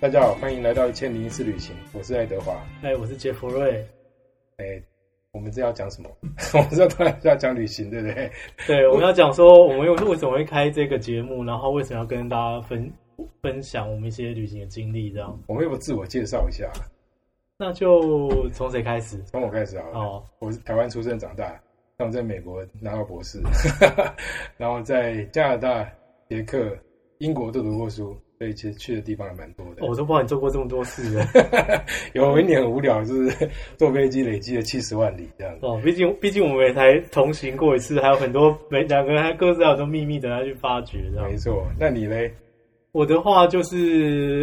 大家好，欢迎来到1001次旅行，我是爱德华。 我是杰弗瑞。 我们这要讲什么？我们这突然要讲旅行，对不对？ 对，我们要讲说我们为什么会开这个节目，然后为什么要跟大家分享我们一些旅行的经历，这样。 我们要不自我介绍一下？ 那就从谁开始？ 从我开始好了。 哦，我是台湾出生长大，然后在美国拿到博士，然后在加拿大、捷克、英国都读过书。所以其实去的地方还蛮多的。 我都不知道你做过这么多事了。 有一年很无聊，就是坐飞机累积了70万里这样子。 毕竟我们也才同行过一次，还有很多两个人还各自还有很多秘密等他去发掘。 没错，那你嘞？ 我的话就是，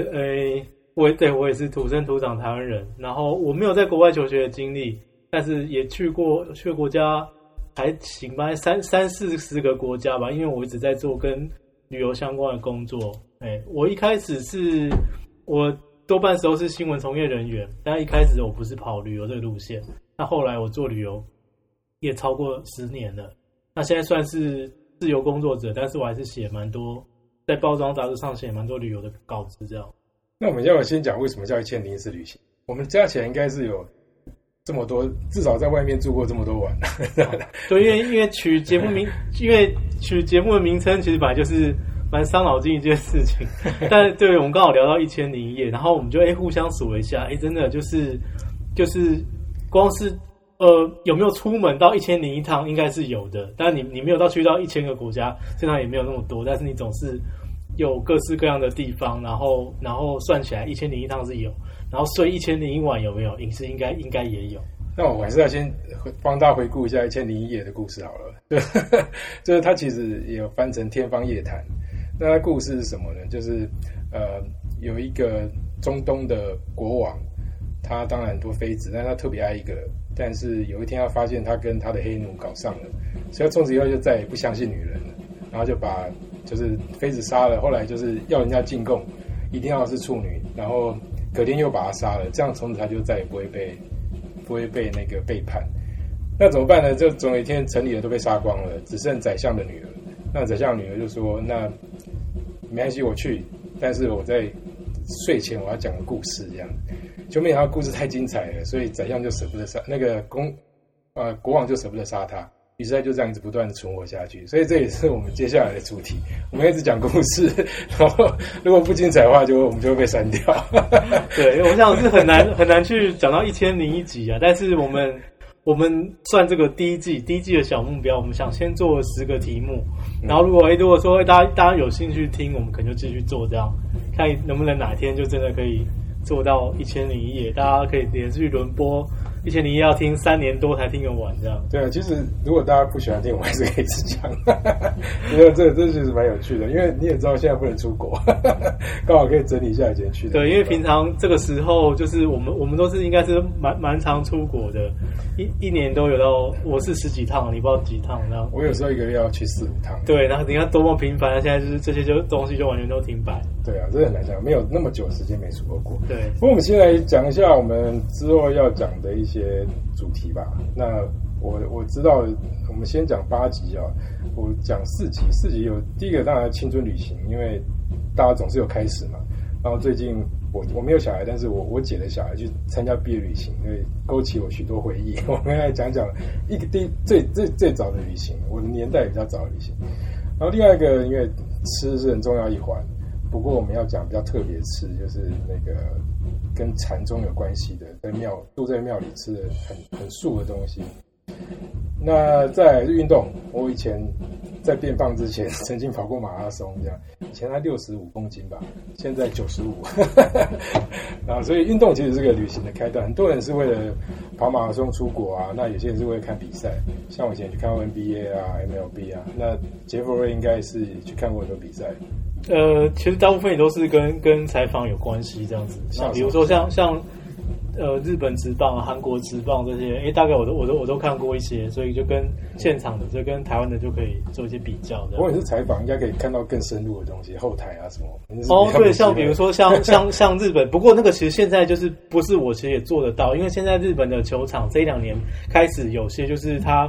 我也是土生土长台湾人，然后我没有在国外求学的经历，但是也去过国家还行吧，30-40个国家吧，因为我一直在做跟旅游相关的工作。我一开始我多半时候是新闻从业人员，但一开始我不是跑旅游这个路线。那后来我做旅游也超过10年了，那现在算是自由工作者，但是我还是写蛮多，在包装杂志上写蛮多旅游的稿子这样。 那我们要先讲为什么叫1001次旅行？我们加起来应该是有这么多，至少在外面住过这么多晚。 对，因为取节目的名称其实本来就是蛮伤脑筋一件事情，但对，我们刚好聊到1001夜，然后我们就互相数了一下，真的就是光是有没有出门到1001趟应该是有的，但你没有去到1000个国家，这趟也没有那么多，但是你总是有各式各样的地方，然后算起来1001趟是有，然后睡1001晚有没有？饮食应该也有。 那我还是要先帮大家回顾一下1001夜的故事好了。就是它其实也有翻成天方夜谭。那它故事是什么呢？就是有一个中东的国王，他当然很多妃子，但他特别爱一个人，但是有一天他发现他跟他的黑奴搞上了，所以他从此以后就再也不相信女人了，然后就把就是妃子杀了，后来就是要人家进贡一定要是处女，然后隔天又把他杀了，这样从此他就再也不会被那个背叛。那怎么办呢？就总有一天城里人都被杀光了，只剩宰相的女儿。那宰相的女儿就说：“那没关系，我去，但是我在睡前我要讲个故事，这样。”就没想到故事太精彩了，所以宰相就舍不得杀那个国王就舍不得杀他，于是他就这样一直不断的存活下去。所以这也是我们接下来的主题，我们一直讲故事，然后如果不精彩的话，我们就会被删掉。 对，我想是很难去讲到1001集啊，但是我们算这个第一季的小目标，我们想先做10个题目，然后如果说大家有兴趣听，我们可能就继续做这样，看能不能哪天就真的可以做到1001夜，大家可以连续轮播1001夜，要听3年多才听得完这样。 对啊，其实如果大家不喜欢听，我还是可以一直讲。因为这其实蛮有趣的，因为你也知道现在不能出国，刚好可以整理一下以前去的。 对，因为平常这个时候就是我们都是应该是蛮常出国的，一年都有到，我是10几趟，你不知道几趟这样。 我有时候一个月要去4-5趟。 对，然后你看多么频繁，现在就是这些东西就完全都停摆。 对啊，真的很难讲，没有那么久的时间没出国过。 对， 不过我们先来讲一下我们之后要讲的一些主题吧。那我知道，我们先讲8集啊，我讲4集。4集有第一个当然青春旅行，因为大家总是有开始嘛。然后最近我没有小孩，但是我姐的小孩去参加毕业旅行，所以勾起我许多回忆。我们来讲讲一个最早的旅行，我的年代比较早的旅行。然后另外一个，因为吃是很重要一环，不过我们要讲比较特别吃，就是那个跟禅宗有关系的，住在庙里吃的很素的东西。那再来是运动，我以前在变胖之前曾经跑过马拉松，这样以前才65公斤吧，现在95。然后所以运动其实是个旅行的开端，很多人是为了跑马拉松出国啊，那有些人是为了看比赛，像我以前去看过 NBA 啊 MLB 啊，那杰弗瑞应该是去看过很多比赛。 其实大部分也都是跟采访有关系这样子，像比如说像日本职棒、韩国职棒这些，大概我都看过一些，所以就跟现场的，就跟台湾的就可以做一些比较的。 如果你是采访，应该可以看到更深入的东西，后台啊什么。 对，像比如说像日本，不过那个其实现在就是不是我其实也做得到，因为现在日本的球场这1-2年开始有些就是它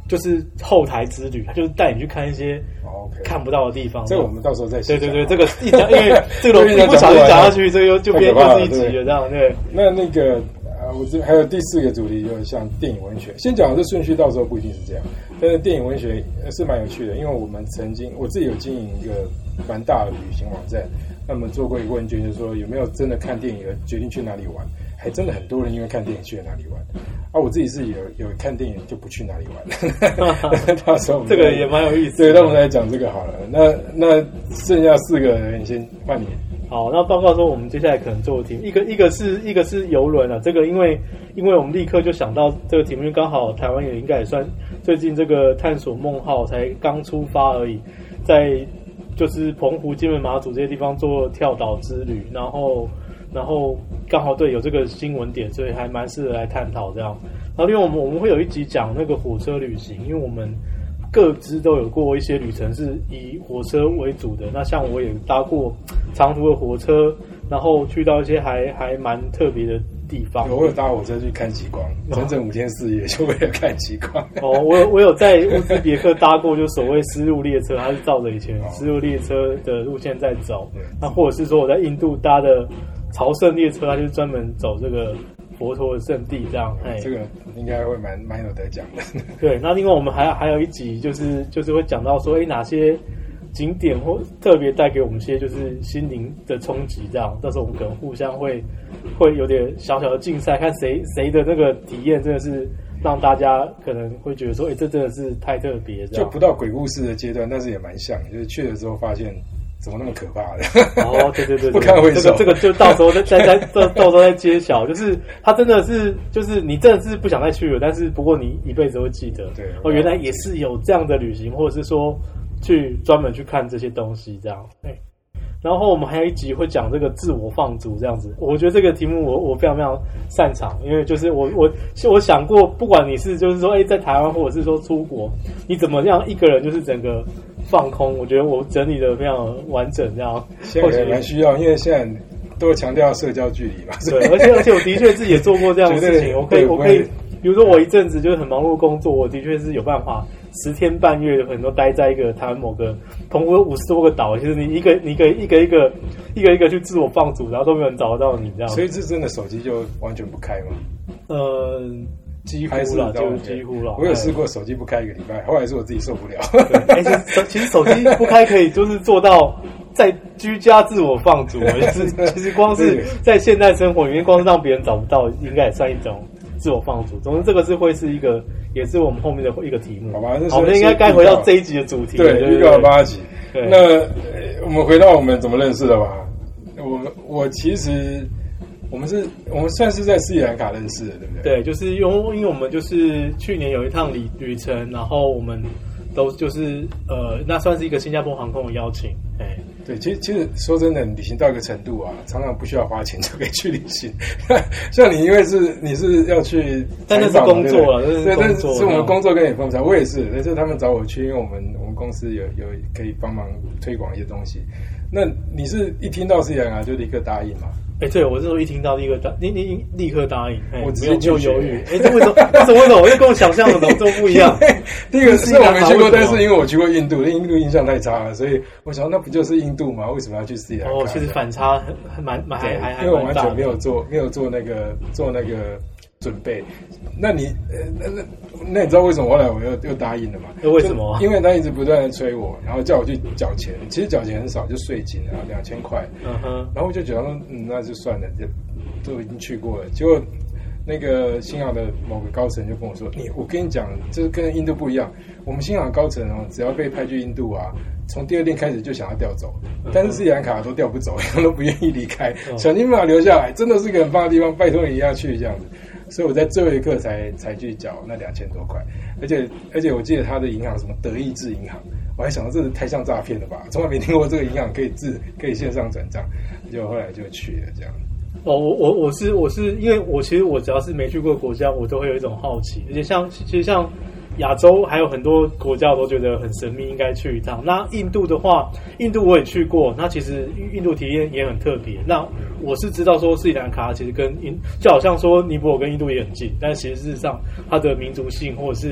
就是后台之旅，他就是带你去看一些看不到的地方。 这个我们到时候再讲。 对，这个一讲，因为这个一不小心讲下去，这个就变成一集了，这样对。 那个我这还有第4个主题，就是像电影文学。先讲这顺序，到时候不一定是这样，但是电影文学是蛮有趣的，因为我们我自己有经营一个蛮大的旅行网站，那么做过一个问卷，就是说有没有真的看电影而决定去哪里玩，还真的很多人因为看电影去了哪里玩。我自己是有看电影就不去哪里玩。到时候这个也蛮有意思。 对，那我们来讲这个好了。那剩下4个人，先换你。 好，那报告说我们接下来可能做的题目，一个是邮轮啊，这个因为我们立刻就想到这个题目，因为刚好台湾也应该也算最近这个探索梦号才刚出发而已，在就是澎湖、金门、马祖这些地方做跳岛之旅，然后刚好对有这个新闻点，所以还蛮适合来探讨这样。然后另外我们会有一集讲那个火车旅行，因为我们各自都有过一些旅程是以火车为主的。那像我也搭过长途的火车，然后去到一些还蛮特别的地方。 我有搭火车去看极光，整整5天4夜就为了看极光。 我有在乌兹别克搭过，就所谓丝路列车，它是照着以前丝路列车的路线在走。那或者是说我在印度搭的朝圣列车，它就是专门走这个佛陀的圣地这样。 这个应该会蛮有得讲的。 对，那另外我们还有一集就是会讲到说，哪些景点或特别带给我们些就是心灵的冲击这样。到时候我们可能互相会有点小小的竞赛，看谁的那个体验真的是让大家可能会觉得说，这真的是太特别这样。 就不到鬼故事的阶段，但是也蛮像，就是去了之后发现怎么那么可怕的？对，不堪回首。这个就到时候到时候再揭晓。就是他真的是，就是你真的是不想再去了，但是不过你一辈子会记得。 对， 原来也是有这样的旅行，或者是说去专门去看这些东西这样。然后我们还有一集会讲这个自我放逐这样子。我觉得这个题目我非常非常擅长，因为就是我想过，不管你是就是说在台湾或者是说出国，你怎么样一个人就是整个放空，我觉得我整理的非常完整这样。 现在也蛮需要，因为现在都强调社交距离嘛。 对，而且我的确自己也做过这样的事情。我可以，比如说我一阵子就是很忙碌工作，我的确是有办法10天半月可能都待在一个台湾某个澎湖50多个岛，其实你一个去自我放逐，然后都没有人找得到你这样。 所以这真的手机就完全不开吗？ 几乎了，就是几乎了。 我有试过手机不开1个礼拜，后来是我自己受不了。 其实手机不开可以就是做到在居家自我放逐，其实光是在现代生活里面，光是让别人找不到，应该也算一种自我放逐。总之，这个是会是一个，也是我们后面的一个题目。 好吧， 我们应该回到这一集的主题。 对，1到8集。那我们回到我们怎么认识的吧。我其实我们算是在斯里兰卡认识的，对不对？ 对，就是因为我们就是去年有一趟旅程，然后我们都就是那算是一个新加坡航空的邀请。 对，其实说真的，旅行到一个程度啊，常常不需要花钱就可以去旅行。像你，因为你是要去， 但那是工作了， 对，但是我们工作跟你分不开。我也是，但是他们找我去，因为我们公司有可以帮忙推广一些东西。那你是一听到斯里兰卡就立刻答应吗？ 对，我是说一听到你立刻答应， 我直接就犹豫。这为什么？我就跟我想象的都不一样。 第一个是我没去过，但是因为我去过印度，印度印象太差了，所以我想那不就是印度吗？为什么要去斯里兰卡？ 其实反差蛮因为我完全没有做那个准备。那你你知道为什么后来我又答应了吗？ 为什么？ 因为他一直不断的催我，然后叫我去缴钱。其实缴钱很少，就税金啊，2000块。然后我就觉得说，那就算了，都已经去过了。结果那个新航的某个高层就跟我说：“我跟你讲，这跟印度不一样。我们新航高层只要被派去印度啊，从第2天开始就想要调走，但是斯里兰卡都调不走，他们都不愿意离开，想尽办法留下来。真的是个很棒的地方，拜托你一定要去这样子。”所以我在最后一刻才去缴那2000多块，而且我记得他的银行什么德意志银行，我还想到这太像诈骗了吧，从来没听过这个银行可以线上转账，就后来就去了这样。 我是因为其实我只要是没去过国家，我都会有一种好奇，而且其实像亚洲还有很多国家我都觉得很神秘，应该去一趟。那印度的话，印度我也去过，那其实印度体验也很特别。那我是知道说斯里兰卡其实就好像说尼泊尔跟印度也很近，但其实事实上它的民族性或者是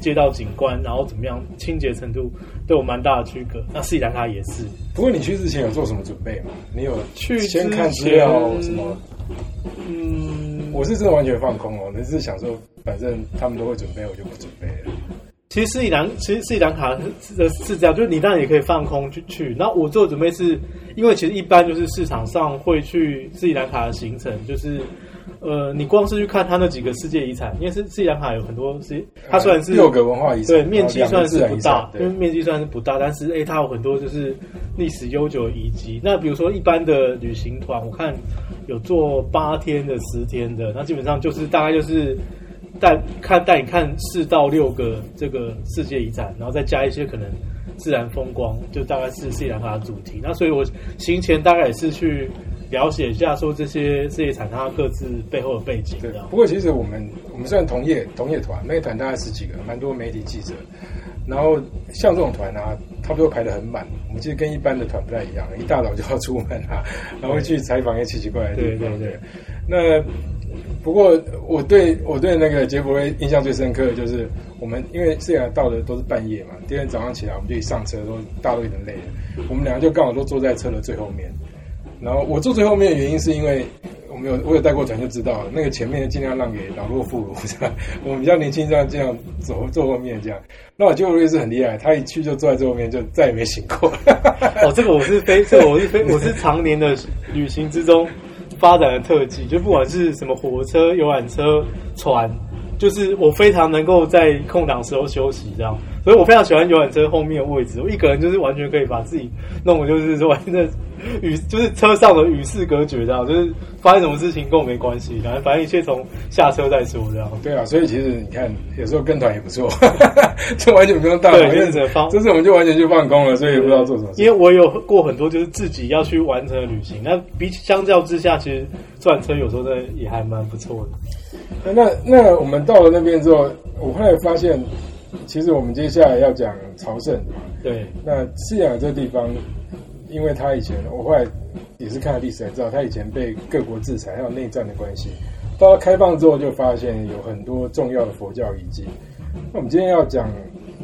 街道景观，然后怎么样清洁程度都有蛮大的区隔。那斯里兰卡也是。 不过你去之前有做什么准备吗？你有去先看资料什么？我是真的完全放空哦，只是想说，反正他们都会准备，我就不准备了。 其实斯里兰卡是这样，就是你当然也可以放空去。然后我做的准备是，因为其实一般就是市场上会去斯里兰卡的行程，就是你光是去看它那几个世界遗产，因为斯里兰卡有很多它虽然是 6个文化遗产， 对，面积算是不大， 因为面积算是不大，但是它有很多就是历史悠久的遗迹。那比如说一般的旅行团，我看有做8天的、10天的，那基本上就是大概就是带你看4到6个这个世界遗产，然后再加一些可能自然风光，就大概是斯里兰卡的主题。那所以我行前大概也是去了解一下说这些世界遗产它各自背后的背景。 对，不过其实我们虽然同业团，那个团大概10几个，蛮多媒体记者。然后像这种团啊，差不多排得很满。我们其实跟一般的团不太一样，一大早就要出门啊，然后去采访一些奇奇怪怪的地方。对。那不过我对那个杰佛瑞印象最深刻的就是我们因为斯里兰卡到的都是半夜嘛，第二天早上起来我们就一上车大家都有点累了，我们两个就刚好都坐在车的最后面。然后我坐最后面的原因是因为我有带过团就知道了，那个前面尽量让给老弱妇孺这样，我们比较年轻这样坐后面这样。那我杰佛瑞是很厉害，他一去就坐在最后面，就再也没醒过。 这个我是常年的旅行之中发展的特技，就不管是什么火车、游览车、船，就是我非常能够在空档时候休息这样。所以我非常喜欢游览车后面的位置，我一个人就是完全可以把自己弄的，就是说完全的就是车上的与世隔绝这样，就是发生什么事情跟我没关系，反正一切从下车再说这样。 对啊，所以其实你看，有时候跟团也不错，就完全不用大脑，因为这次我们就完全就放空了，所以也不知道做什么。 因为我有过很多就是自己要去完成的旅行，那相较之下，其实坐缆车有时候也还蛮不错的。 那我们到了那边之后，我后来发现。其实我们接下来要讲朝圣嘛，对。那斯里兰卡这个地方，因为它以前我后来也是看了历史才知道，它以前被各国制裁，还有内战的关系。到了开放之后，就发现有很多重要的佛教遗迹。那我们今天要讲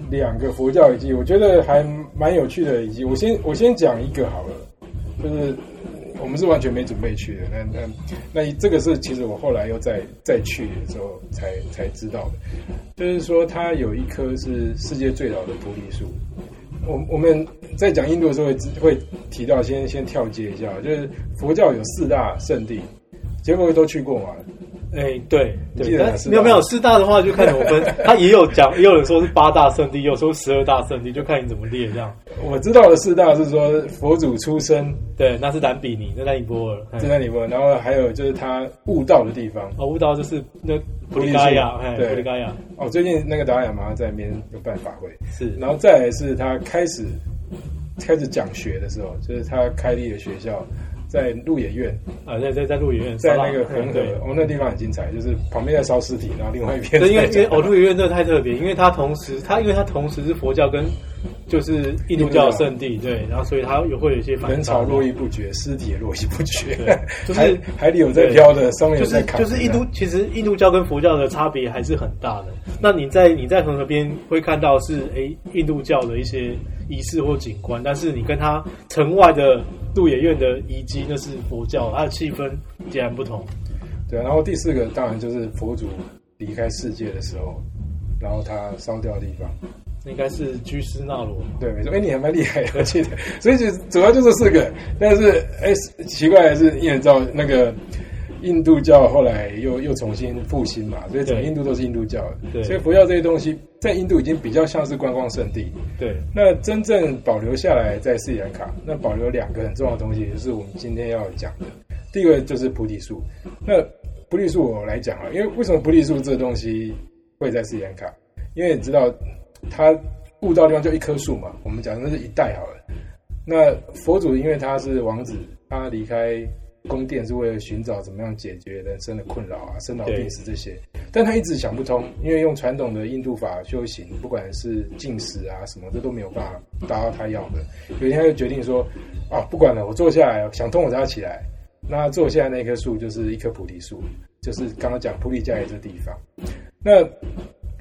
2个佛教遗迹，我觉得还蛮有趣的遗迹。我先讲一个好了，就是我们是完全没准备去的。那这个是其实我后来又再去的时候才知道的。就是说，它有一棵是世界最老的菩提树。我们在讲印度的时候会提到，先跳接一下，就是佛教有4大圣地，结果都去过嘛？ 对，没有4大的话就看怎么分。他也有人说是8大圣地，也有说12大圣地，就看你怎么列这样。 我知道的4大是说佛祖出生， 对，那是南比尼，那南尼泊尔， 然后还有就是他悟道的地方。 悟道就是那普利嘎亚， 对， 普利嘎亚。 最近那个达赖喇嘛在那边有办法会是， 然后再来是他开始讲学的时候，就是他开立了学校。在鹿野苑在鹿野苑， 在那个恒河，那地方很精彩，就是旁边在烧尸体，然后另外一边因为鹿野苑这太特别，因为它同时是佛教跟就是印度教的圣地，对，然后所以它会有一些人潮络绎不绝，尸体也络绎不绝，就是海里有在飘的，上面有在砍， 就是其实印度教跟佛教的差别还是很大的。那你在恒河边会看到是印度教的一些仪式或景观，但是你跟它城外的鹿野苑的遗迹那是佛教，它的气氛截然不同。 对，然后第4个当然就是佛祖离开世界的时候，然后他烧掉的地方， 应该是居士那罗。 对，没错。你还蛮厉害的，我记得。所以主要就这4个，但是奇怪的是，你也知道那个印度教后来又重新复兴嘛，所以整个印度都是印度教的。所以佛教这些东西在印度已经比较像是观光胜地。对，那真正保留下来在斯里兰卡，那保留2个很重要的东西，就是我们今天要讲的。第一个就是菩提树。那菩提树我来讲啊，因为为什么菩提树这个东西会在斯里兰卡？因为你知道它悟道的地方就一棵树嘛，我们讲的是一代好了。那佛祖因为他是王子，他离开宫殿是为了寻找怎么样解决人生的困扰啊，生老病死这些，但他一直想不通，因为用传统的印度法修行，不管是进食啊什么，这都没有办法达到他要的。有一天他就决定说，不管了，我坐下来，想通我才要起来。那他坐下来那棵树就是一棵菩提树，就是刚刚讲普利迦耶这地方。那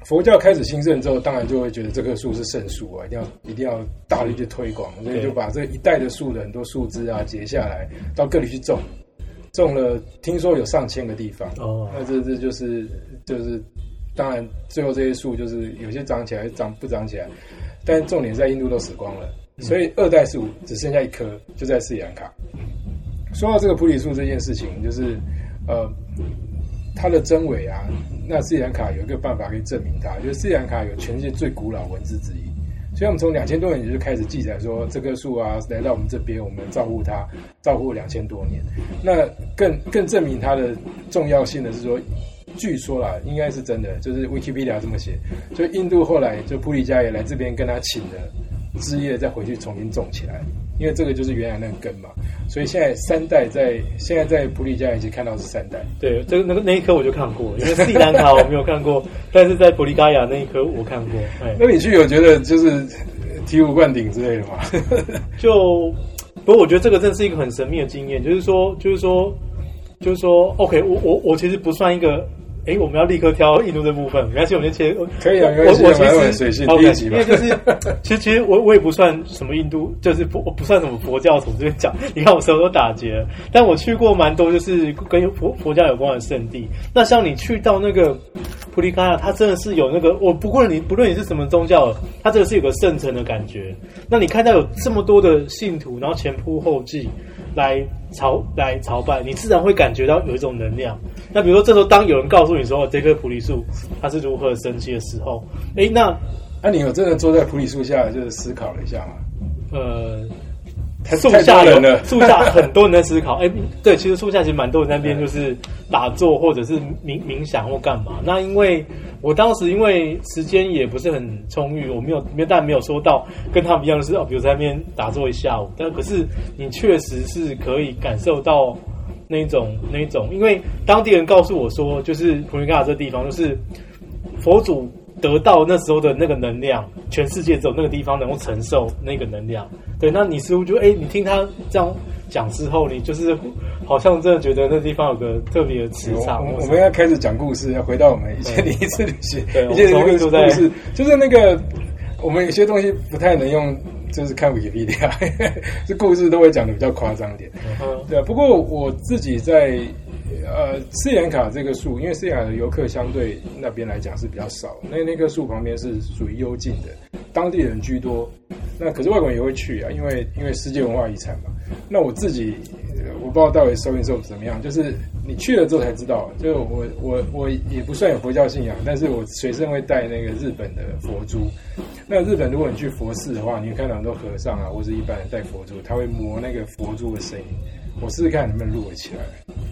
佛教开始兴盛之后，当然就会觉得这棵树是圣树啊，一定要大力去推广，所以就把这一带的树的很多树枝啊截下来，到各地去种了，听说有上千个地方。那这就是当然最后这些树就是有些长起来，不长起来，但重点在印度都死光了，所以2代树只剩下1棵，就在斯里兰卡。说到这个菩提树这件事情，就是它的真伪啊，那斯里兰卡有一个办法可以证明它，就是斯里兰卡有全世界最古老文字之一，所以我们从2000多年前就开始记载说这棵树啊来到我们这边，我们照顾它，照顾2000多年。那更证明它的重要性的是说，据说啦，应该是真的，就是 Wikipedia 这么写，所以印度后来就普里迦也来这边跟他请了枝叶，再回去重新种起来，因为这个就是原来那个根嘛。所以现在现在在普里迦已经看到是3代。 对，这个那一颗我就看过，因为斯里兰卡我没有看过，但是在普里迦亚那一颗我看过。 那你去有觉得就是醍醐灌顶之类的吗？ 不过我觉得这个真是一个很神秘的经验，就是说 ，OK， 我其实不算一个。我们要立刻挑印度这部分，没关系，我们先切。 可以啊，没关系，我其实水性第一集嘛， 因为就是其实我也不算什么印度，就是我不算什么佛教徒这边讲。你看我什么都打结了，但我去过蛮多就是跟佛教有关的圣地。那像你去到那个普里迦亚，它真的是有那个不论你是什么宗教的，它真的是有个圣城的感觉。那你看到有这么多的信徒，然后前仆后继来朝拜，你自然会感觉到有一种能量。那比如说这时候当有人告诉你说这棵菩提树它是如何神奇的时候， 那你有真的坐在菩提树下就是思考了一下吗？ 树下很多人在思考。对，其实树下其实蛮多人在那边就是打坐或者是冥想或干嘛。那因为我当时因为时间也不是很充裕，我但没有说到跟他们一样是比如在那边打坐一下午。但可是你确实是可以感受到那种，因为当地人告诉我说，就是普里迦亚这地方就是佛祖得到那时候的那个能量，全世界只有那个地方能够承受那个能量。对，那你似乎就你听他这样讲之后，你就是好像真的觉得那地方有个特别的磁场。 我们要开始讲故事，要回到我们以前第一次旅行， 对， 以前那个故事，就是那个我们有些东西不太能用。就是看 Wikipedia， 这故事都会讲的比较夸张一点，对啊。不过我自己在斯里兰卡这个树，因为斯里兰卡的游客相对那边来讲是比较少，那棵树旁边是属于幽静的，当地人居多。那可是外国人也会去啊，因为世界文化遗产嘛。那我自己我不知道到底收怎么样，就是你去了之后才知道。就我也不算有佛教信仰，但是我随身会带那个日本的佛珠。那日本如果你去佛寺的话，你会看到很多和尚啊，或是一般人带佛珠，他会磨那个佛珠的声音。我试试看能不能录起来。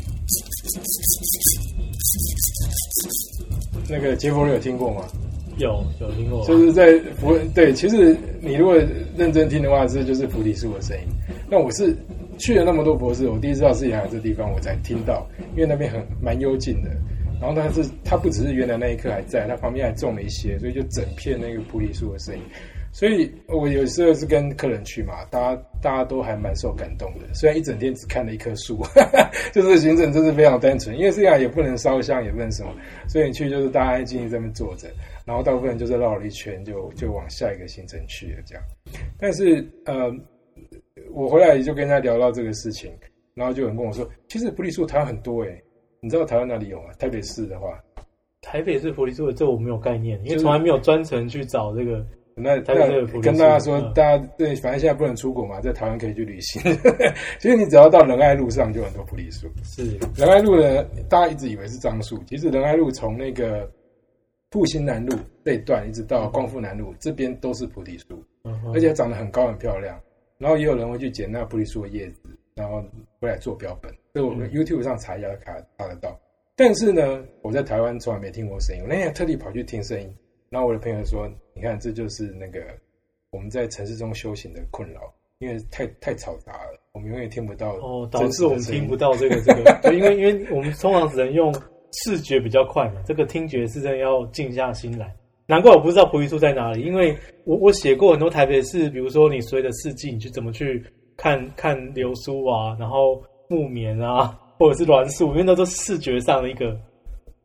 那个杰佛瑞有听过吗？ 有听过， 就是在对，其实你如果认真听的话，这就是菩提树的声音。那我是去了那么多佛寺，我第一次到斯里兰卡这地方我才听到，因为那边蛮幽静的。然后它不只是原来那一棵还在，它旁边还种了一些，所以就整片那个菩提树的声音。所以我有时候是跟客人去嘛，大家都还蛮受感动的。虽然一整天只看了一棵树，就是行程真是非常单纯，因为这样也不能烧香，也不能什么，所以你去就是大家安静静在那边坐着，然后大部分人就是绕了一圈就往下一个行程去了这样。但是我回来就跟他聊到这个事情，然后就有人跟我说，其實菩提樹台灣很多欸，你知道台灣哪裡有嗎？台北市的話， 台北市菩提樹這我沒有概念，因為從來沒有專程去找這個。 那跟大家说，大家对，反正现在不能出国嘛，在台湾可以去旅行。其实你只要到仁爱路上，就很多菩提树。 是仁爱路呢，大家一直以为是樟树，其实仁爱路从那个复兴南路这一段一直到光复南路这边都是菩提树，而且长得很高很漂亮。然后也有人会去捡那菩提树的叶子，然后回来做标本。所以我们 YouTube 上查一下查得到。但是呢，我在台湾从来没听过声音，我那天特地跑去听声音。然后我的朋友说，你看这就是那个我们在城市中修行的困扰，因为太嘈杂了，我们永远听不到导致我们听不到这个因为我们通常只能用视觉比较快嘛，这个听觉是真的要静下心来。难怪我不知道菩提树在哪里，因为我写过很多台北市，比如说你随着四季你去怎么去看流苏啊，然后木棉啊，或者是栾树，因为那都是视觉上的一个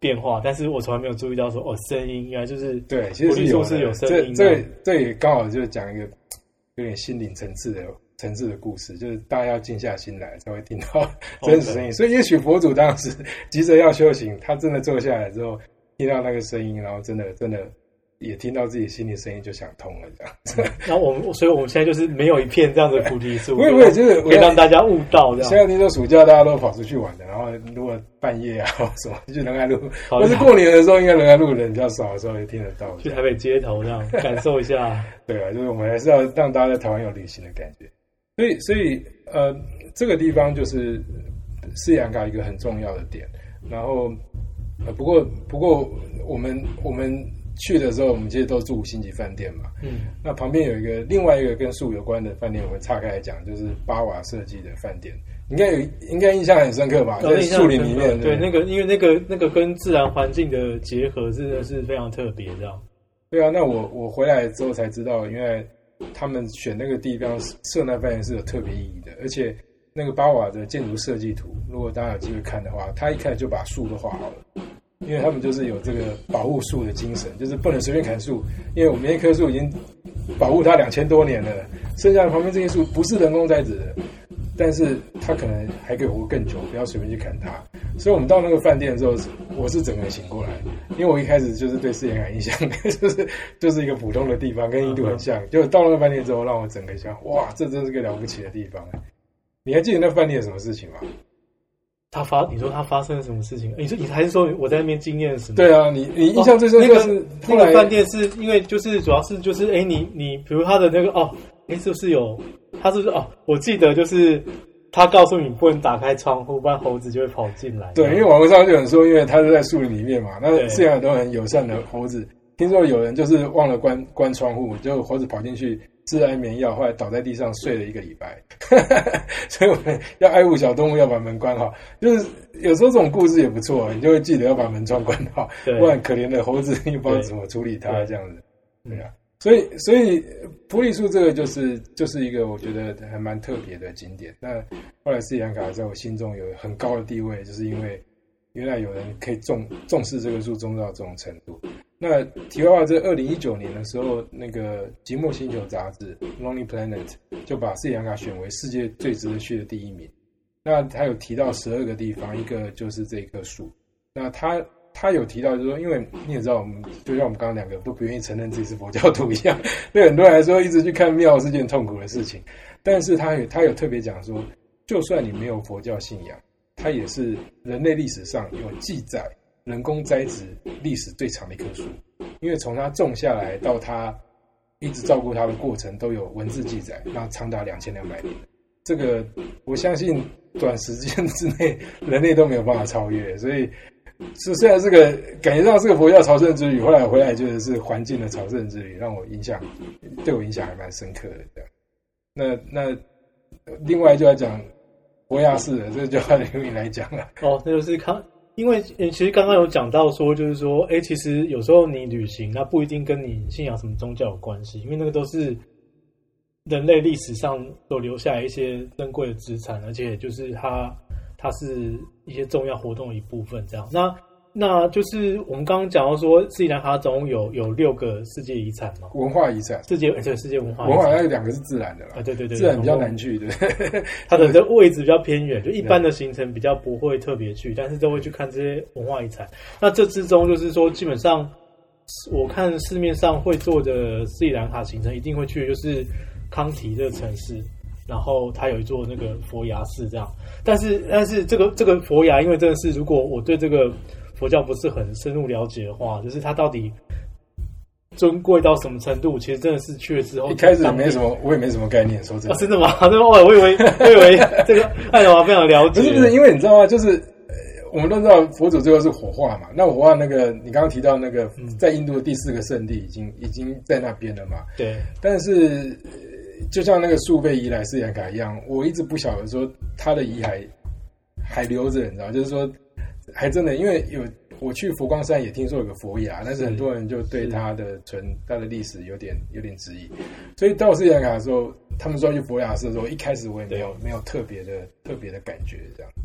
变化，但是我从来没有注意到说声音原来就是对，其实是有声音这也刚好就讲一个有点心灵层次的故事，就是大家要静下心来才会听到真实声音。所以也许佛祖当时急着要修行，他真的坐下来之后听到那个声音，然后真的也听到自己心里声音就想通了这样子。 然后所以我们现在就是没有一片这样的菩提树， 不会就是可以让大家悟道这样。 现在听说暑假大家都跑出去玩的，然后如果半夜啊或什么去仁爱路，或是过年的时候，应该仁爱路人比较少的时候也听得到。 去台北街头这样感受一下。 对啊，就是我们还是要让大家在台湾有旅行的感觉。所以这个地方就是斯里兰卡一个很重要的点。然后不过我们去的时候，我们其实都住5星级饭店嘛。那旁边有另外一个跟树有关的饭店，我们岔开来讲，就是巴瓦设计的饭店，应该印象很深刻吧？在树林里面， 对，因为那个跟自然环境的结合真的是非常特别，这样。 对啊，那我回来之后才知道，因为他们选那个地方设那饭店是有特别意义的，而且那个巴瓦的建筑设计图，如果大家有机会看的话，他一开始就把树都画好了。因为他们就是有这个保护树的精神，就是不能随便砍树，因为我们那棵树已经保护它2000多年了，剩下的旁边这些树不是人工栽植的，但是它可能还可以活更久，不要随便去砍它。所以我们到那个饭店之后，我是整个人醒过来，因为我一开始就是对斯里兰卡印象就是一个普通的地方，跟印度很像，就到那个饭店之后，让我整个想，哇，这真是个了不起的地方。你还记得那饭店有什么事情吗？ 你说他发生了什么事情？你还是说我在那边经验什么？ 对啊，你印象最深刻是那个饭店是因为就是主要是就是你比如他的那个是不是有他是不是我记得就是他告诉你不能打开窗户，不然猴子就会跑进来。 对，因为网络上就有人说，因为他是在树林里面嘛，那斯里兰卡都很友善的猴子。听说有人就是忘了关窗户，就猴子跑进去吃安眠药，后来倒在地上睡了1个礼拜。所以我们要爱护小动物，要把门关好。就是有时候这种故事也不错，你就会记得要把门窗关好，不然可怜的猴子你不知道怎么处理它这样子。对啊，所以菩提树这个就是一个我觉得还蛮特别的景点。那后来斯里兰卡在我心中有很高的地位，就是因为原来有人可以重视这个树种到这种程度。那题外话，这2019年的时候，那个《寂寞星球》杂志 Lonely Planet 就把斯里兰卡选为世界最值得去的第1名。那他有提到12个地方，一个就是这一棵树。那他有提到就是说，因为你也知道，我们就像我们刚刚2个都不愿意承认自己是佛教徒一样，对很多人来说，一直去看庙是件痛苦的事情。但是他有特别讲说，就算你没有佛教信仰，它也是人类历史上有记载人工栽植历史最长的一棵树，因为从它种下来到它一直照顾它的过程都有文字记载，那长达2200年。这个我相信短时间之内人类都没有办法超越，所以虽然这个感觉到这个佛教朝圣之旅，后来回来觉得是环境的朝圣之旅，让我对我影响还蛮深刻的。那另外就要讲佛亚寺的，这就要由你来讲了。 那就是因为其实刚刚有讲到说，就是说，其实有时候你旅行，那不一定跟你信仰什么宗教有关系，因为那个都是人类历史上都留下来一些珍贵的资产，而且就是它是一些重要活动的一部分。这样，那就是我们刚刚讲到说，斯里兰卡总共有6个世界遗产嘛， 文化遗产， 世界文化遗产， 文化还有2个是自然的啦， 对， 自然比较难去，对， 它的这位置比较偏远，就一般的行程比较不会特别去，但是都会去看这些文化遗产。那这之中就是说，基本上我看市面上会做的斯里兰卡行程，一定会去就是康提这个城市。然后它有一座那个佛牙寺这样，但是这个佛牙，因为真的是如果我对这个佛教不是很深入了解的话，就是它到底尊贵到什么程度，其实真的是去了之后， 一开始我也没什么概念，说真的。 真的吗？我以为这个艾德华非常了解。 不是，因为你知道吗？就是我们都知道佛祖最后是火化嘛，那火化那个你刚刚提到那个在印度的第4个圣地已经在那边了嘛。 对，但是就像那个树被移来斯里兰卡一样，我一直不晓得说他的遗骸还留着，你知道，就是说还真的，因为我去佛光山也听说有个佛牙，但是很多人就对他的历史有点质疑，所以到斯里兰卡的时候，他们说要去佛牙寺的时候，一开始我也没有特别的感觉这样。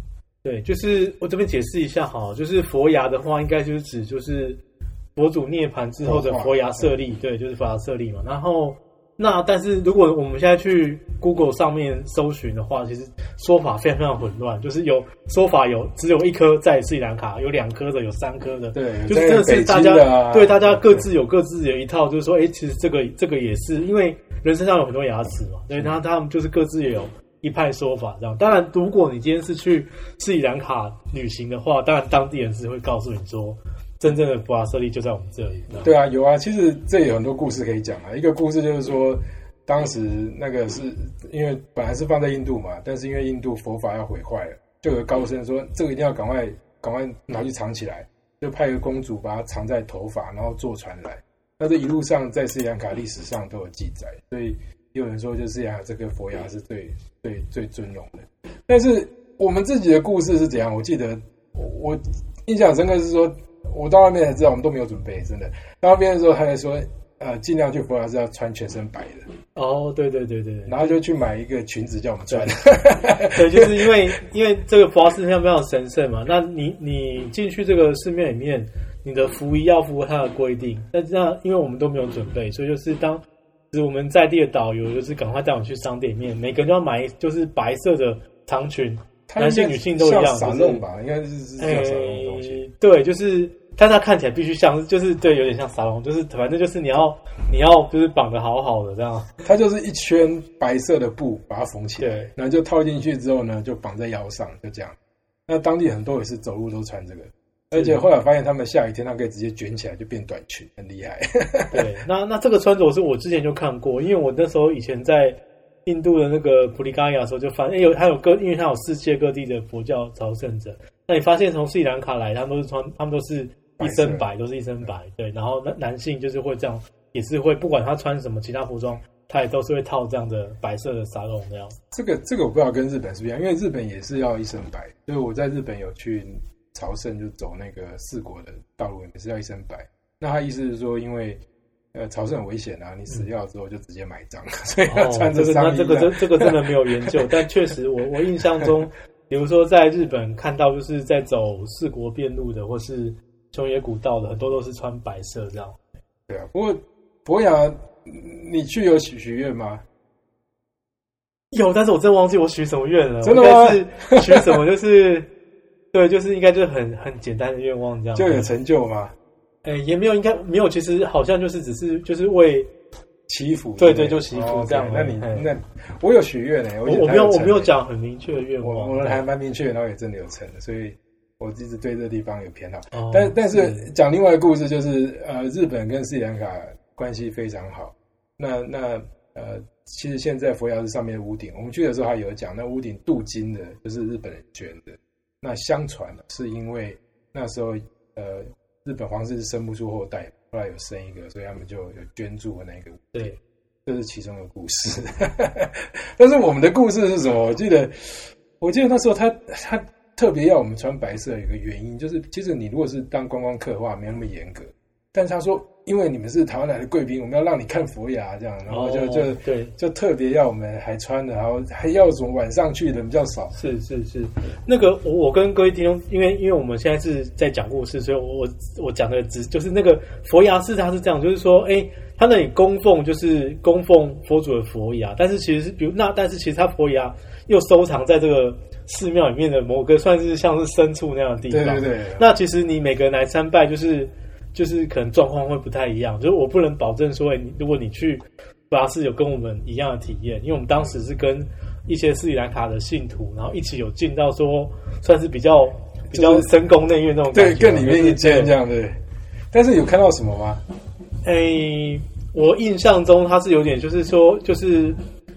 对，就是我这边解释一下哈，就是佛牙的话，应该就是指就是佛祖涅槃之后的佛牙舍利，对，就是佛牙舍利嘛。然后但是如果我们现在去 Google 上面搜寻的话，其实说法非常非常混乱，就是有说法只有一颗在斯里兰卡，有2颗的，有3颗的， 对， 就是真的是大家对大家各自有各自的一套，就是说，其实这个也是因为人身上有很多牙齿嘛，所以他们就是各自也有一派说法这样。当然，如果你今天是去斯里兰卡旅行的话，当然当地人是会告诉你说，真正的佛牙舍利就在我们这里。 对啊，有啊，其实这有很多故事可以讲啊。一个故事就是说，当时那个是因为本来是放在印度嘛，但是因为印度佛法要毁坏了，就有高僧说这个一定要赶快拿去藏起来，就派一个公主把它藏在头发，然后坐船来。那这一路上在斯里兰卡历史上都有记载，所以也有人说就是斯里兰卡这个佛牙是最尊荣的。但是我们自己的故事是怎样？我记得我印象深刻是说，我到那边才知道，我们都没有准备，真的。到那边的时候，他还说，尽量去佛牙是要穿全身白的。 哦，对， 然后就去买一个裙子叫我们穿。 对，就是因为这个佛牙寺非常非常神圣嘛，那你进去这个寺庙里面，你的服仪要符合它的规定。那因为我们都没有准备，所以就是我们在地的导游就是赶快带我们去商店里面，每个人都要买就是白色的长裙。男性、女性都一样， 像撒弄吧，应该是像撒弄的东西。 对，就是，但它看起来必须像，就是对，有点像撒弄，就是反正就是你要就是绑得好好的这样。 它就是一圈白色的布把它缝起来，然后就套进去之后呢，就绑在腰上，就这样。那当地很多也是走路都穿这个，而且后来发现他们下雨天，它可以直接卷起来就变短裙，很厉害。 对，那这个穿着是我之前就看过，因为我那时候以前在印度的那个普利嘎亚的时候就发现，因为它有世界各地的佛教朝圣者，那你发现从斯里兰卡来，他们都是一身白，都是一身白，对。然后男性就是会这样，也是会不管他穿什么其他服装，他也都是会套这样的白色的纱笼这样。 这个我不知道跟日本是不是一样，因为日本也是要一身白，就是我在日本有去朝圣，就走那个4国的道路也是要一身白。那他意思是说，因为朝圣很危险啊，你死掉之后就直接埋葬，所以要穿着上衣。 这个真的没有研究，但确实我印象中，比如说在日本看到就是在走4国遍路的，或是熊野古道的，很多都是穿白色这样。 对啊，不过博雅，你去有许愿吗？ 有，但是我真忘记我许什么愿了。 真的吗？ 是许什么？就是对，就是应该就是很简单的愿望这样。 就有成就吗？ 也没有，应该没有。其实好像就是为祈福， 对，就祈福这样。 那你那我有许愿呢， 我没有讲很明确的愿望， 我还蛮明确的，然后也真的有成的，所以我一直对这个地方有偏好。但是讲另外一个故事，就是日本跟斯里兰卡关系非常好。那其实现在佛牙寺上面的屋顶，我们去的时候还有讲，那屋顶镀金的，就是日本人捐的。那相传是因为那时候日本皇室生不出后代，后来有生一个，所以他们就有捐助那个。 对， 这是其中的故事。但是我们的故事是什么？我记得那时候他特别要我们穿白色，有一个原因就是，其实你如果是当观光客的话，没有那么严格。但是他说，因为你们是台湾来的贵宾，我们要让你看佛牙这样，然后就特别要我们还穿的，然后还要什么晚上去的人比较少。 是，那个我跟各位听众，因为我们现在是在讲故事，所以我讲的就是那个佛牙寺，它是这样，就是说，他那里供奉佛祖的佛牙，但是其实但是其实他佛牙又收藏在这个寺庙里面的某个算是像是深处那样的地方。 对。 那其实你每个人来参拜，就是可能状况会不太一样，就是我不能保证说，如果你去佛牙寺有跟我们一样的体验，因为我们当时是跟一些斯里兰卡的信徒，然后一起有进到说算是比较深宫内院那种感觉， 对，更里面一间这样对。但是有看到什么吗？ 我印象中它是有点就是说就是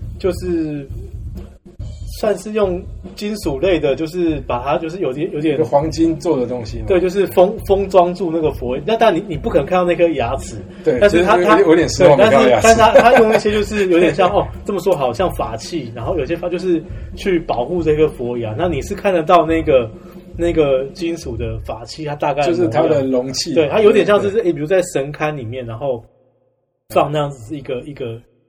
算是用金属类的，就是把它就是有点黄金做的东西嘛。 对，就是封装住那个佛。那当然你不可能看到那颗牙齿， 对， 但是它有点失望， 但是它用一些就是有点像这么说好像法器，然后有些就是去保护这个佛牙。那你是看得到那个金属的法器，它大概就是它的容器， 对，它有点像是比如在神龛里面，然后放那样子一个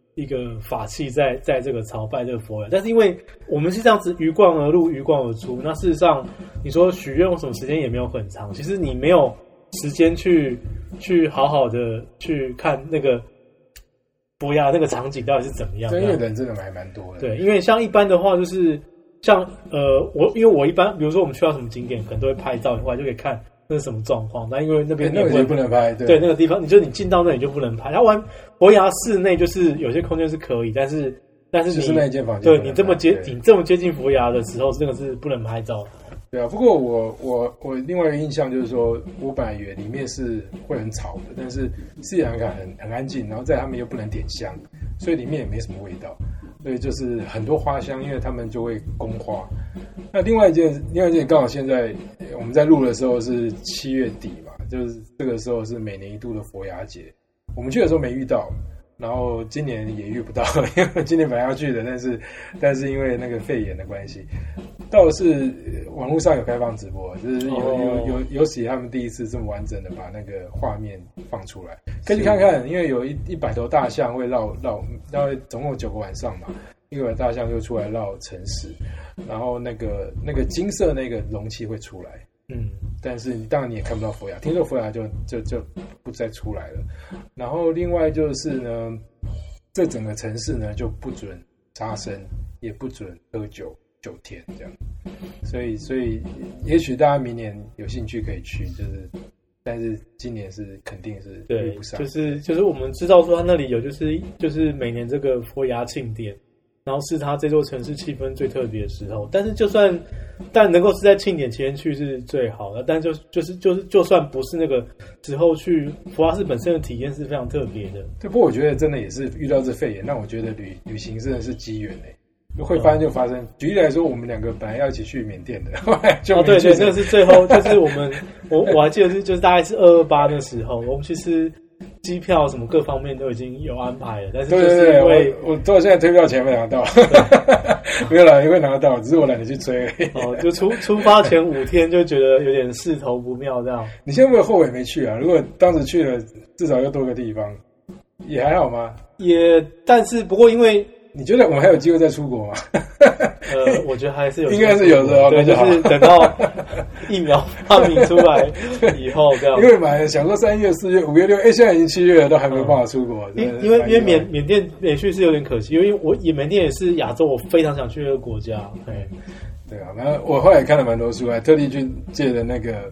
法器在这个朝拜这个佛牙，但是因为我们是这样子鱼贯而入鱼贯而出，那事实上你说许愿用什么时间也没有很长，其实你没有时间去好好的去看那个佛牙那个场景到底是怎么样， 对，因为人真的还蛮多的。 对，因为像一般的话就是像因为我一般比如说我们去到什么景点可能都会拍照，后来就可以看那是什么状况，但因为那边那个就不能拍， 对那个地方，你进到那里就不能拍。然后玩佛牙室内就是有些空间是可以，但是你就是那一间房间， 对你这么接近佛牙的时候，那个是不能拍照的。 对啊，不过我另外一个印象就是说，我本来以为里面是会很吵的，但是斯里兰卡很安静，然后在他们又不能点香，所以里面也没什么味道。所以就是很多花香，因为他们就会供花。那另外一件刚好现在我们在录的时候是7月底嘛，就是这个时候是每年一度的佛牙节。我们去的时候没遇到，然后今年也遇不到，因为今年本来要去的，但是因为那个肺炎的关系，倒是网络上有开放直播，就是有史他们第一次这么完整的把那个画面放出来，可以去看看。因为有100头大象会绕总共9个晚上嘛，100头大象就出来绕城市，然后那个金色那个容器会出来。但是当然你也看不到佛牙，听说佛牙就不再出来了。然后另外就是呢，这整个城市呢就不准杀生，也不准喝酒9天这样。所以也许大家明年有兴趣可以去，但是今年是肯定是遇不上。 就是我们知道说他那里有就是每年这个佛牙庆典。然后是他这座城市气氛最特别的时候，但是但能够是在庆典期间去是最好的，但就算不是那个时候去，佛牙寺本身的体验是非常特别的。 对，不过我觉得真的也是遇到这肺炎，让我觉得旅行真的是机缘会发生就发生。举例来说，我们2个本来要一起去缅甸的，后来就对，那个是最后就是我还记得就是大概是228的时候，我们其实。机票什么各方面都已经有安排了，但是就是因为我到现在退票钱没拿到，没有啦，也会拿到，只是我懒得去追而已。 就出发前5天就觉得有点势头不妙这样。 你现在有没有后悔没去啊？如果当时去了，至少又多个地方，也还好吗？ 但是不过因为你觉得我们还有机会再出国吗？ 我觉得还是有， 应该是有的。 对，就是等到疫苗发明出来以后这样。 因为本来想说3月、4月、5月、6月，现在已经7月了，都还没办法出国。 因为缅甸没去是有点可惜，因为缅甸也是亚洲我非常想去的国家。 对啊，然后我后来也看了蛮多书，还特地去借的那个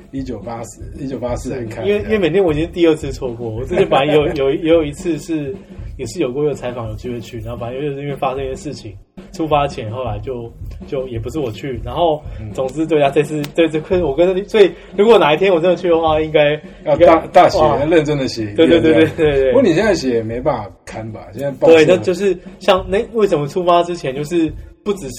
1984来看。因为缅甸我已经第2次错过，我之前本来也有一次也是有过一个采访有机会去，然后反正就是因为发生一些事情，出发前后来就也不是我去，然后总之对啊，这次对这我跟所以如果哪一天我真的去的话，应该要大写认真的写。 对。 不过你现在写也没办法看吧？现在对，那就是像为什么出发之前就是不只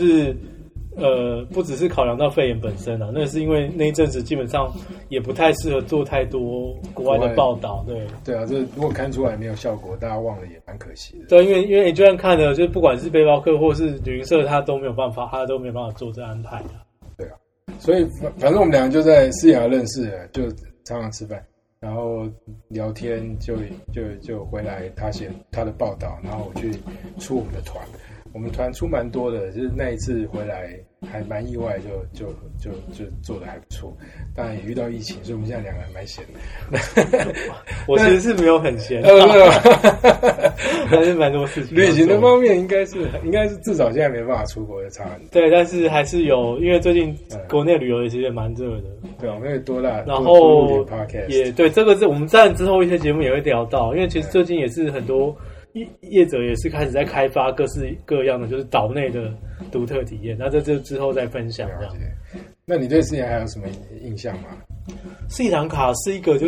是考量到肺炎本身啊，那是因为那一阵子基本上也不太适合做太多国外的报道，对啊，这如果看出来没有效果，大家忘了也蛮可惜的。 对，因为你就算看了，就是不管是背包客或是旅行社，他都没有办法做这安排的。 对啊，所以反正我们2个就在斯里兰卡认识了，就常常吃饭，然后聊天，就回来他写他的报道，然后我去出我们的团。我们团出蛮多的，就是那一次回来还蛮意外，就做的还不错。当然也遇到疫情，所以我们现在2个还蛮闲的。 我其实是没有很闲，但是蛮多事情。 旅行的方面应该是至少现在没办法出国的差很多。 对，但是还是有，因为最近国内旅游也其实蛮热的。 对，我们有多大， 然后也对，这个是我们在之后一些节目也会聊到，因为其实最近也是很多。业者也是开始在开发各式各样的就是岛内的独特体验，那这之后再分享这样。 那你对斯里兰卡还有什么印象吗？ 斯里兰卡是一个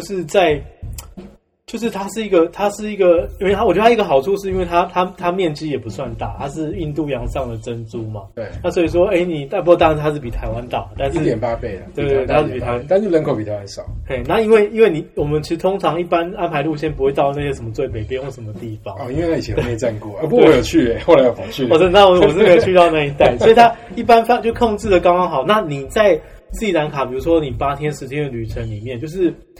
它是一个，因为我觉得它一个好处是因为它面积也不算大，它是印度洋上的珍珠嘛。 对。 那所以说，不过当然它是比台湾大，但是 1.8倍了。 对，它是比台湾， 但是人口比台湾少。 那因为我们其实通常一般安排路线不会到那些什么最北边或什么地方。 因为以前我没站过，不过我有去，后来我跑去。 我是没有去到那一带，所以它一般就控制的刚刚好。那你在斯里兰卡，比如说你8天10天的旅程里面，就是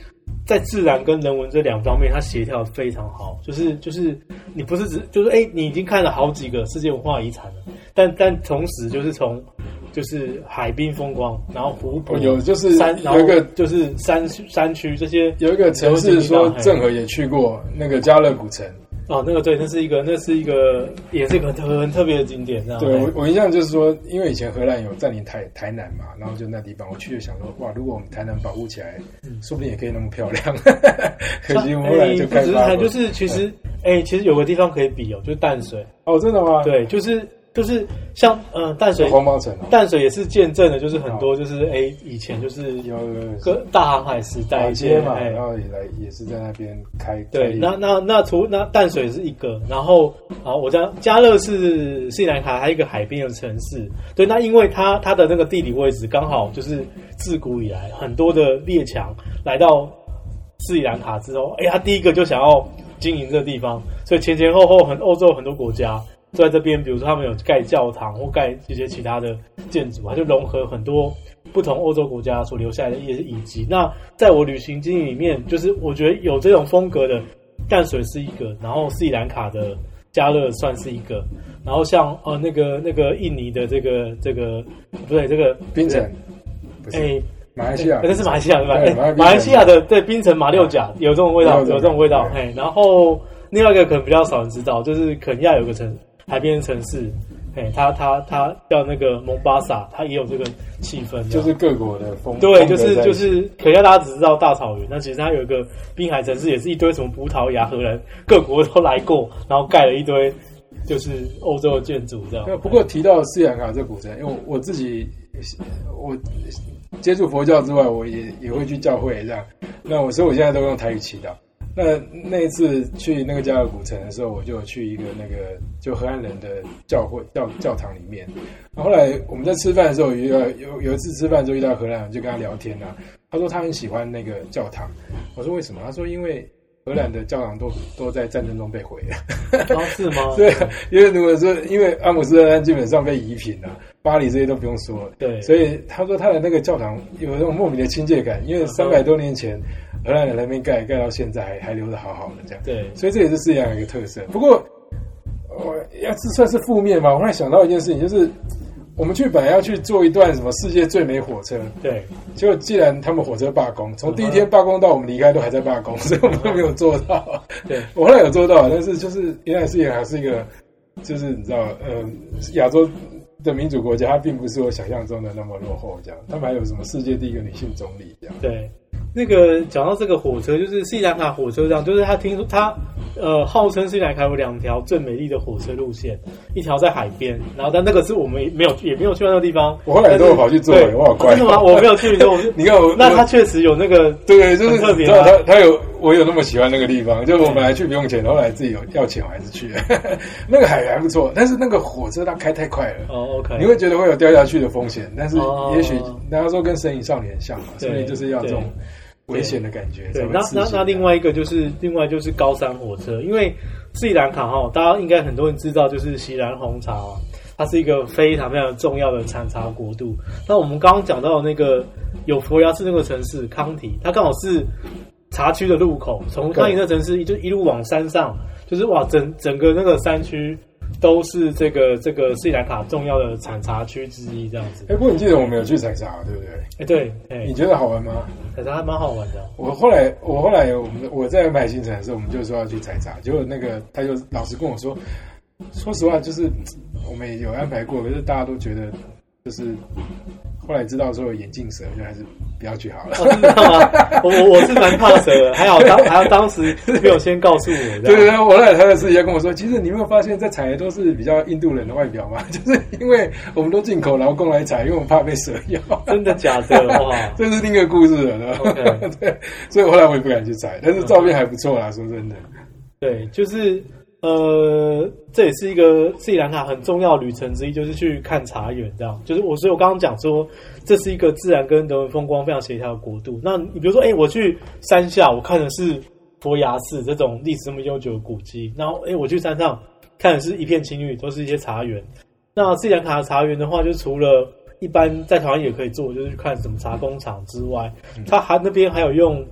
在自然跟人文这两方面，它协调得非常好。就是你不是就是你已经看了好几个世界文化遗产了，但同时就是海滨风光，然后湖泊有就是山， 有一个就是山区这些， 有一个城市说郑和也去过那个嘉乐古城。 哦，那个对，那是一个也是一个很特别的景点。这样对，我印象就是说，因为以前荷兰有占领台南嘛，然后就那地方，我去就想说，哇，如果我们台南保护起来，说不定也可以那么漂亮。可惜我们后来就开发了。 就是其实有个地方可以比哦，就是淡水。 哦，真的吗？ 对，就是像淡水黄毛城， 淡水也是见证了，就是很多就是以前就是有个大航海时代街嘛，然后也是在那边开。 对，那淡水是一个，然后我讲嘉乐是斯里兰卡还有一个海边的城市。对，那因为它的那个地理位置刚好就是自古以来很多的列强来到斯里兰卡之后，他第一个就想要经营这个地方，所以前后欧洲很多国家都在这边，比如说他们有盖教堂或盖这些其他的建筑，就融合很多不同欧洲国家所留下来的一些遗迹。那在我旅行经历里面，就是我觉得有这种风格的淡水是一个，然后斯里兰卡的嘉乐算是一个，然后像那个印尼的这个不对，这个槟城，不是马来西亚， 那是马来西亚对吧？马来西亚的对槟城马六甲有这种味道，有这种味道。然后另外一个可能比较少人知道，就是肯亚有个海边城市，它叫那个蒙巴萨，它也有这个气氛， 就是各国的风。 对，就是肯亚大家只知道大草原，那其实它有一个滨海城市，也是一堆什么葡萄牙、荷兰各国都来过，然后盖了一堆就是欧洲的建筑这样。 不过提到斯里兰卡这古城，因为我自己我接触佛教之外，我也会去教会这样。所以我现在都用台语祈祷。那一次去那个嘉乐古城的时候，我就去一个那个就荷兰人的教堂里面。然后后来我们在吃饭的时候，有一次吃饭就遇到荷兰人，就跟他聊天啊。他说他很喜欢那个教堂。我说为什么？他说因为荷兰的教堂都在战争中被毁了。 是吗？ 对，因为如果说因为阿姆斯特丹基本上被夷平了，巴黎这些都不用说了。 对， 所以他说他的那个教堂有那种莫名的亲切感，因为300多年前荷兰人那边盖到现在还留得好好的这样。 对， 所以这也是斯里兰卡一个特色。不过要这算是负面嘛？我后来想到一件事情，就是我们本来要去做一段什么世界最美火车， 对， 结果既然他们火车罢工，从第一天罢工到我们离开都还在罢工，所以我们都没有做到。 对， 我后来有做到，但是就是原来斯里兰卡是一个，就是你知道，亚洲的民主国家，它并不是我想象中的那么落后，这样，他们还有什么世界第一个女性总理这样。 对，那个讲到这个火车，就是斯里兰卡火车站，就是他听说他号称斯里兰卡有2条最美丽的火车路线，一条在海边，然后但那个是我们也没有去到那个地方。 我后来都有跑去坐，我好乖。 真的吗？我没有去， 你看我， 那他确实有那个对，就是特别， 我有那么喜欢那个地方，就我本来去不用钱，后来自己要钱我还是去了。那个海还不错，但是那个火车它开太快了。 OK， 你会觉得会有掉下去的风险，但是也许大家说跟《神隐少年》像嘛，所以就是要这种危险的感觉。 对，那另外就是高山火车，因为斯里兰卡大家应该很多人知道，就是锡兰红茶它是一个非常非常重要的产茶国度。那我们刚刚讲到那个有佛牙寺那个城市康提，它刚好是茶区的入口，从康提那城市就一路往山上，就是整个那个山区都是这个斯里兰卡重要的产茶区之一，这样子。 不过你记得我们有去采茶，对不对？ 对。 你觉得好玩吗？ 采茶还蛮好玩的。 我后来我在买行程的时候，我们就说要去采茶，结果那个他就老实跟我说，说实话，就是我们也有安排过，可是大家都觉得就是后来知道说有眼镜蛇，就还是不要去好了。 真的吗？我是蛮怕蛇的，还好当时没有先告诉我。 对，我后来他的司机跟我说，其实你没有发现，在采的都是比较印度人的外表吗？就是因为我们都进口劳工来采，因为我们怕被蛇咬。 真的假的？哇， 这是另一个故事了。 Okay. 对，所以后来我也不敢去采，但是照片还不错啦，说真的。 对，就是这也是一个斯里兰卡很重要的旅程之一，就是去看茶园，这样。就是所以我刚刚讲说，这是一个自然跟人文风光非常协调的国度。那你比如说，我去山下，我看的是佛牙寺这种历史这么悠久的古迹，然后我去山上看的是一片青绿，都是一些茶园。那斯里兰卡的茶园的话，就除了一般在台湾也可以做，就是去看什么茶工厂之外，它那边还有用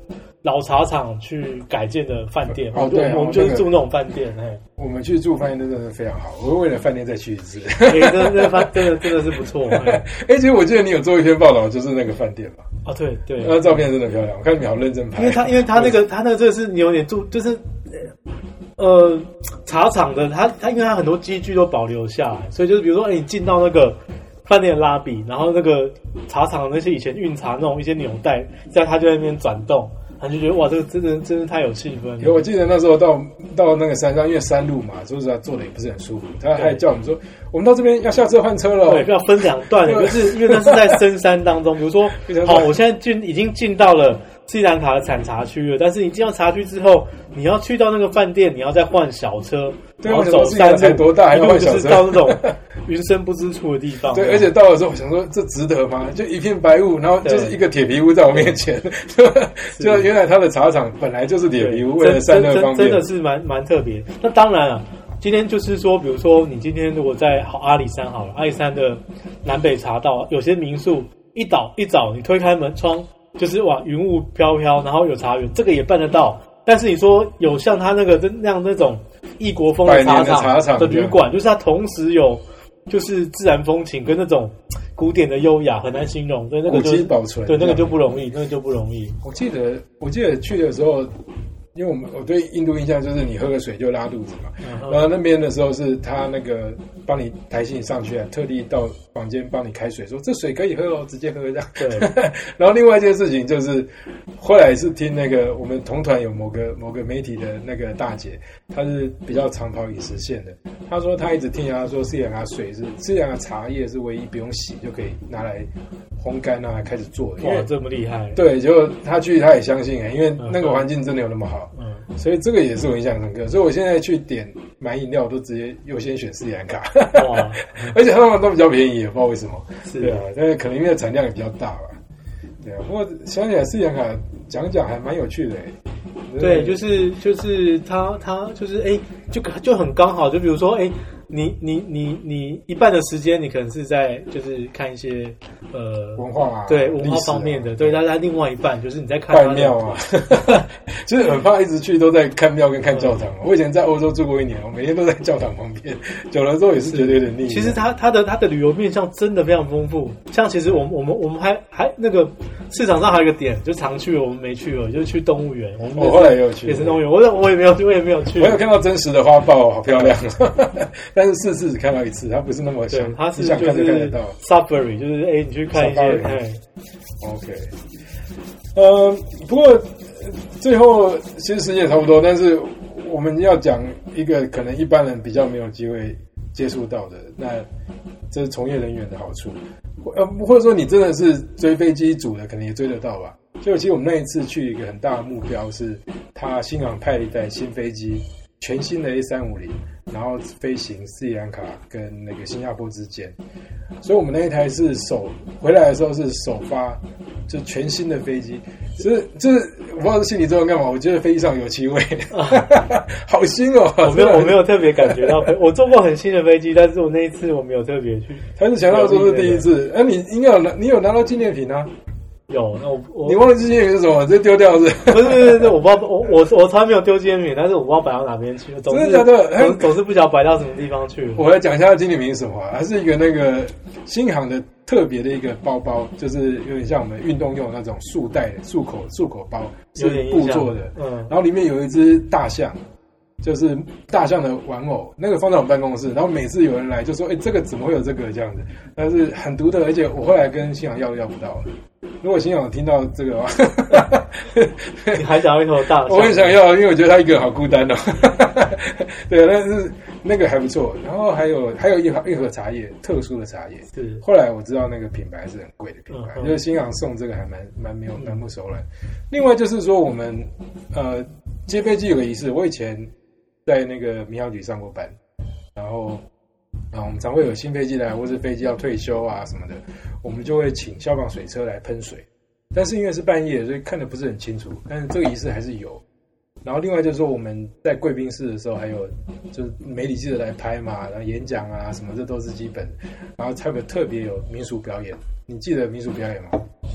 老茶厂去改建的饭店。 对， 我们就是住那种饭店。 我们去住饭店真的是非常好，我会为了饭店再去一次。 真的是不错。 其实我记得你有做一篇报道，就是那个饭店嘛。 对， 那照片真的漂亮，我看你好认真拍。 因为他那个这个是你有点住，就是茶厂的他因为他很多机具都保留下来，所以就是比如说你进到那个饭店的拉比，然后那个茶厂的那些以前运茶那种一些纽带，他就在那边转动。他就觉得哇，这个真的太有气氛了。 我记得那时候到那个山上，因为山路嘛，说实话坐的也不是很舒服。他还叫我们说，我们到这边要下车换车了。 对，要分两段，就是因为那是在深山当中。比如说，好，我现在已经进到了斯里兰卡的产茶区了，但是你进到茶区之后，你要去到那个饭店，你要再换小车，然后走山路， 才多大还要换小车， 到那种云深不知处的地方。 对，而且到了之后，我想说这值得吗？就一片白雾，然后就是一个铁皮屋在我面前，就原来他的茶厂本来就是铁皮屋，为了散热方便， 真的是蛮特别。那当然了。今天就是说，比如说你今天如果在阿里山好了，阿里山的南北茶道，有些民宿一早你推开门窗，就是哇云雾飘飘，然后有茶园，这个也办得到。但是你说有像他那种异国风的茶厂的旅馆，就是它同时有就是自然风情跟那种古典的优雅，很难形容。对，那个就保存， 对，那个就不容易，我记得去的时候。因为我对印度印象就是你喝个水就拉肚子嘛，然后那边的时候是他那个帮你抬行李上去，特地到房间帮你开水，说这水可以喝哦，直接喝这样。 对。 然后另外一件事情就是，后来是听那个我们同团有某个媒体的那个大姐，她是比较长跑饮食线的，她说她一直听她说斯里兰卡水是斯里兰卡茶叶是唯一不用洗就可以拿来烘干啊开始做的。 哇，这么厉害！ 对，结果她去她也相信因为那个环境真的有那么好。所以这个也是我印象深刻，所以我现在去买饮料，我都直接优先选斯里兰卡，哇！而且他们都比较便宜，也不知道为什么。对啊，但是可能因为产量也比较大吧。对啊，不过想起来斯里兰卡讲还蛮有趣的。 对，就是他就是就很刚好，就比如说你一半的时间你可能是在就是看一些文化对文化方面的，对，但是另外一半就是你在看拜庙啊，就是很怕一直去都在看庙跟看教堂。我以前在欧洲住过1年，我每天都在教堂旁边，久了之后也是觉得有点腻。 其实他的旅游面向真的非常丰富，像其实我们还那个市场上还有一个点，就常去我们没去了，就是去动物园。 我后来也有去， 也是动物园，我也没有去。 我有看到真实的花豹，好漂亮。但是4次只看到1次，它不是那么想， 它是想看就看得到。 Safari 就是你去看一些。 OK，不过最后其实时间也差不多，但是我们要讲一个可能一般人比较没有机会接触到的，那这是从业人员的好处，或者说你真的是追飞机组的，可能也追得到吧。就其实我们那一次去一个很大的目标是，他新航派了一台新飞机，全新的 A350，然后飞行斯里兰卡跟那个新加坡之间，所以我们那一台是回来的时候是首发，就全新的飞机，就是我不知道是心里作用干嘛，我觉得飞机上有气味，好新哦！ 我没有特别感觉到，我坐过很新的飞机，但是我那一次我没有特别去。 还是强调说是第一次，你应该你有拿到纪念品啊？ 有，那我你忘记纪念品是什么？这丢掉是？ 不是，我不知道，我从来没有丢纪念品，但是我不知道摆到哪边去。 真的假的？ 总是不晓得摆到什么地方去。 我来讲一下纪念品是什么，还是一个那个新航的特别的一个包包，就是有点像我们运动用那种束带的束口包，是布做的。然后里面有一只大象。就是大象的玩偶，那个放在我们办公室，然后每次有人来就说：“这个怎么会有这个这样子？”但是很独特，而且我后来跟新航要不到。如果新航听到这个的话， 你还想要一头大象？ 我很想要，因为我觉得他一个人好孤单哦。对，但是那个还不错。然后还有一盒茶叶，特殊的茶叶。 是。 后来我知道那个品牌是很贵的品牌，就是新航送这个还蛮不熟了。另外就是说我们接飞机有个仪式，我以前在那个民航局上过班，然后我们常会有新飞机来，或是飞机要退休啊什么的，我们就会请消防水车来喷水。但是因为是半夜，所以看得不是很清楚，但是这个仪式还是有。然后另外就是说我们在贵宾室的时候，还有就是媒体记者来拍嘛，然后演讲啊什么，这都是基本。然后还有个特别有民俗表演，你记得民俗表演吗？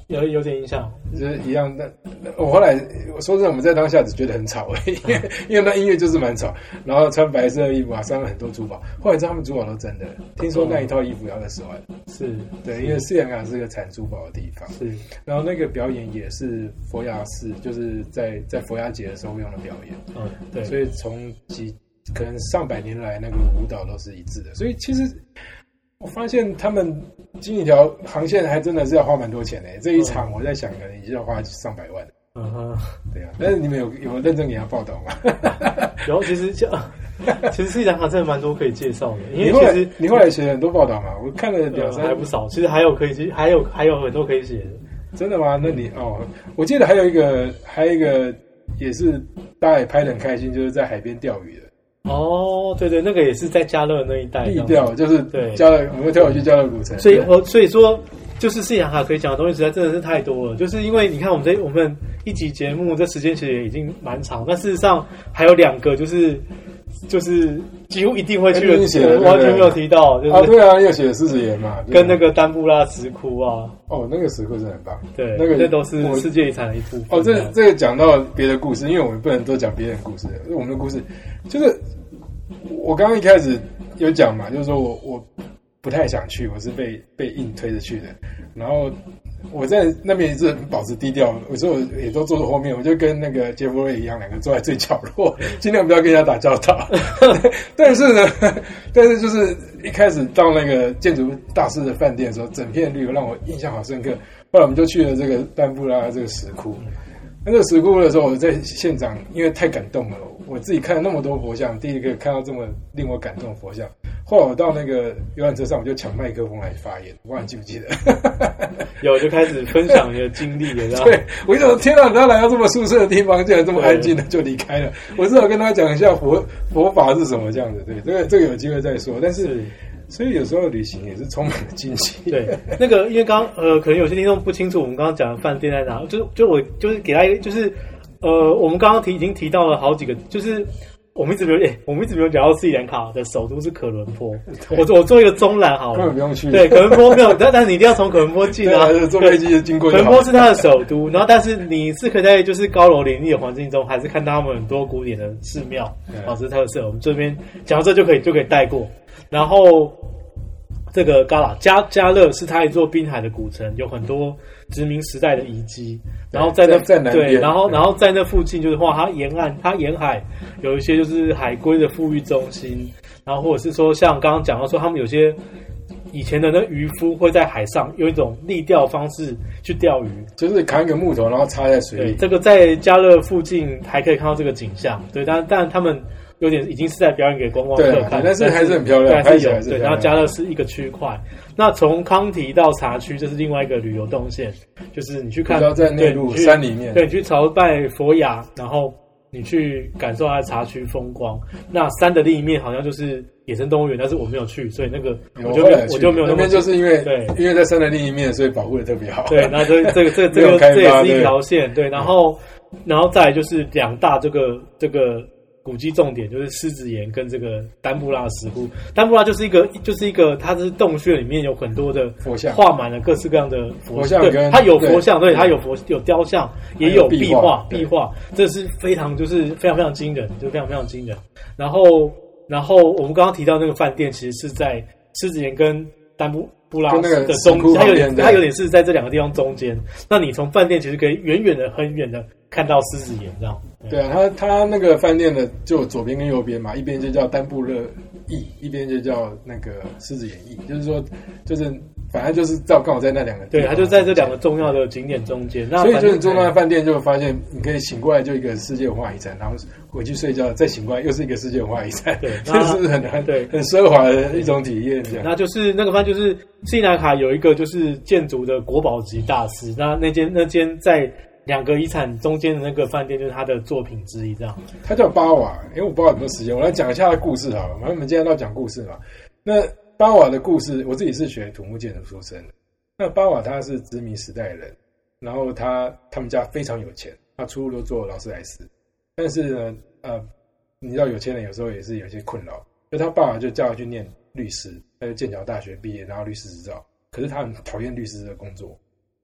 有点影响， 就是一样的。我后来说真的，我们在当下只觉得很吵而已，因为那音乐就是蛮吵，然后穿白色的衣服啊，上面很多珠宝。后来知道他们珠宝都真的，听说那一套衣服要20万。 是， 对，因为斯里兰卡是个产珠宝的地方。 是， 然后那个表演也是佛牙寺，就是在佛牙节的时候用的表演。 对， 所以从可能上百年来，那个舞蹈都是一致的。所以其实我发现他们经一条航线还真的是要花蛮多钱的。这一场我在想，可能已经要花上百万。对啊。但是你们有认真给他报道吗？ 有，其实斯里兰卡真的蛮多可以介绍的。因为其实你后来写了很多报道嘛，我看了2、3， 还不少。其实还有还有很多可以写的。 真的吗？那你我记得还有一个也是大家也拍得很开心，就是在海边钓鱼的。 对，那个也是在嘉乐那一带。 地钓就是嘉乐，我们跳回去嘉乐古城。 所以说，就是斯里兰卡可以讲的东西实在真的是太多了。就是因为你看我们一集节目这时间其实也已经蛮长，但事实上还有2个就是几乎一定会去的，我完全没有提到。 对啊，又写了狮子岩嘛， 跟那个丹布拉石窟啊。 那个石窟真的很棒。 对， 那个这都是世界遗产的一部分。 这个讲到别的故事，因为我们不能都讲别人的故事，我们的故事就是我刚刚一开始有讲嘛，就是说我不太想去，我是被硬推着去的。然后我在那边一直保持低调，有时候也都坐在后面，我就跟那个杰弗瑞一样，两个坐在最角落，尽量不要跟人家打交道。但是就是一开始到那个建筑大师的饭店的时候，整片绿让我印象好深刻。后来我们就去了这个丹布拉这个石窟。那个石窟的时候，我在现场，因为太感动了，我自己看了那么多佛像，第一个看到这么令我感动的佛像。后来我到那个游览车上，我就抢麦克风来发言，我还记不记得？ 有，就开始分享你的经历了。 对，我就说天啊，他来到这么舒适的地方，竟然这么安静的就离开了。我至少跟他讲一下佛法是什么这样子。对，这个有机会再说。但是，所以有时候旅行也是充满了惊喜。 对，那个因为可能有些听众不清楚我们刚刚讲的饭店在哪，就我就是给他一个，就是我们刚刚已经提到了好几个，就是我们一直没有讲到斯里兰卡的首都是可伦坡。我做一个中览好了， 根本不用去。 对，可伦坡没有，但是你一定要从可伦坡进啊。 坐飞机经过。 可伦坡是它的首都，然后但是你是可以在就是高楼林立的环境中，还是看到他们很多古典的寺庙，这是特色。我们这边讲到这就可以带过。然后这个加勒是它一座滨海的古城，有很多殖民时代的遗迹。然后在南边，对，然后在那附近就是它沿海有一些就是海龟的富裕中心，然后或者是说像刚刚讲到说他们有些以前的那渔夫会在海上用一种立钓方式去钓鱼， 就是砍一个木头然后插在水里。 对，这个在加勒附近还可以看到这个景象。对，但他们有点已经是在表演给观光客看， 但是还是很漂亮， 还是有对。然后加勒是一个区块，那从康提到茶区，这是另外一个旅游动线，就是你去看， 在内陆山里面， 对，你去朝拜佛牙，然后你去感受它的茶区风光。那山的另一面好像就是野生动物园，但是我没有去，所以那个我就没有那边就是因为在山的另一面，所以保护的特别好。 对，那这也是一条线，对，然后再来就是2大这个古迹重点就是狮子岩跟这个丹布拉石窟。丹布拉就是一个，它是洞穴里面有很多的佛像， 画满了各式各样的佛像， 对，它有佛像，对，它有雕像，也有壁画，这是非常非常惊人，就非常非常惊人。然后我们刚刚提到那个饭店，其实是在狮子岩跟丹布拉的中间，它有点是在这2个地方中间。那你从饭店其实可以很远的看到狮子岩这样。 对啊，它那个饭店的就左边跟右边嘛，一边就叫丹布勒驿，一边就叫那个狮子岩驿，就是说反正就是刚好在那2个地方。 对，它就在这2个重要的景点中间。所以就是住那饭店就发现，你可以醒过来就一个世界文化遗产，然后回去睡觉，再醒过来又是一个世界文化遗产。对，这是很奢华的一种体验。这样， 那就是那个饭就是斯里兰卡有一个就是建筑的国宝级大师，那间在2个遗产中间的那个饭店就是他的作品之一，这样。 他叫巴瓦，因为我不知道有没有时间，我来讲一下他的故事好了。反正我们今天要讲故事嘛。那巴瓦的故事，我自己是学土木建筑出身的。那巴瓦他是殖民时代的人，然后他们家非常有钱，他出入都做劳斯莱斯。但是呢，你知道有钱人有时候也是有些困扰，所以他爸爸就叫他去念律师，他就剑桥大学毕业，拿到律师执照。可是他很讨厌律师的工作。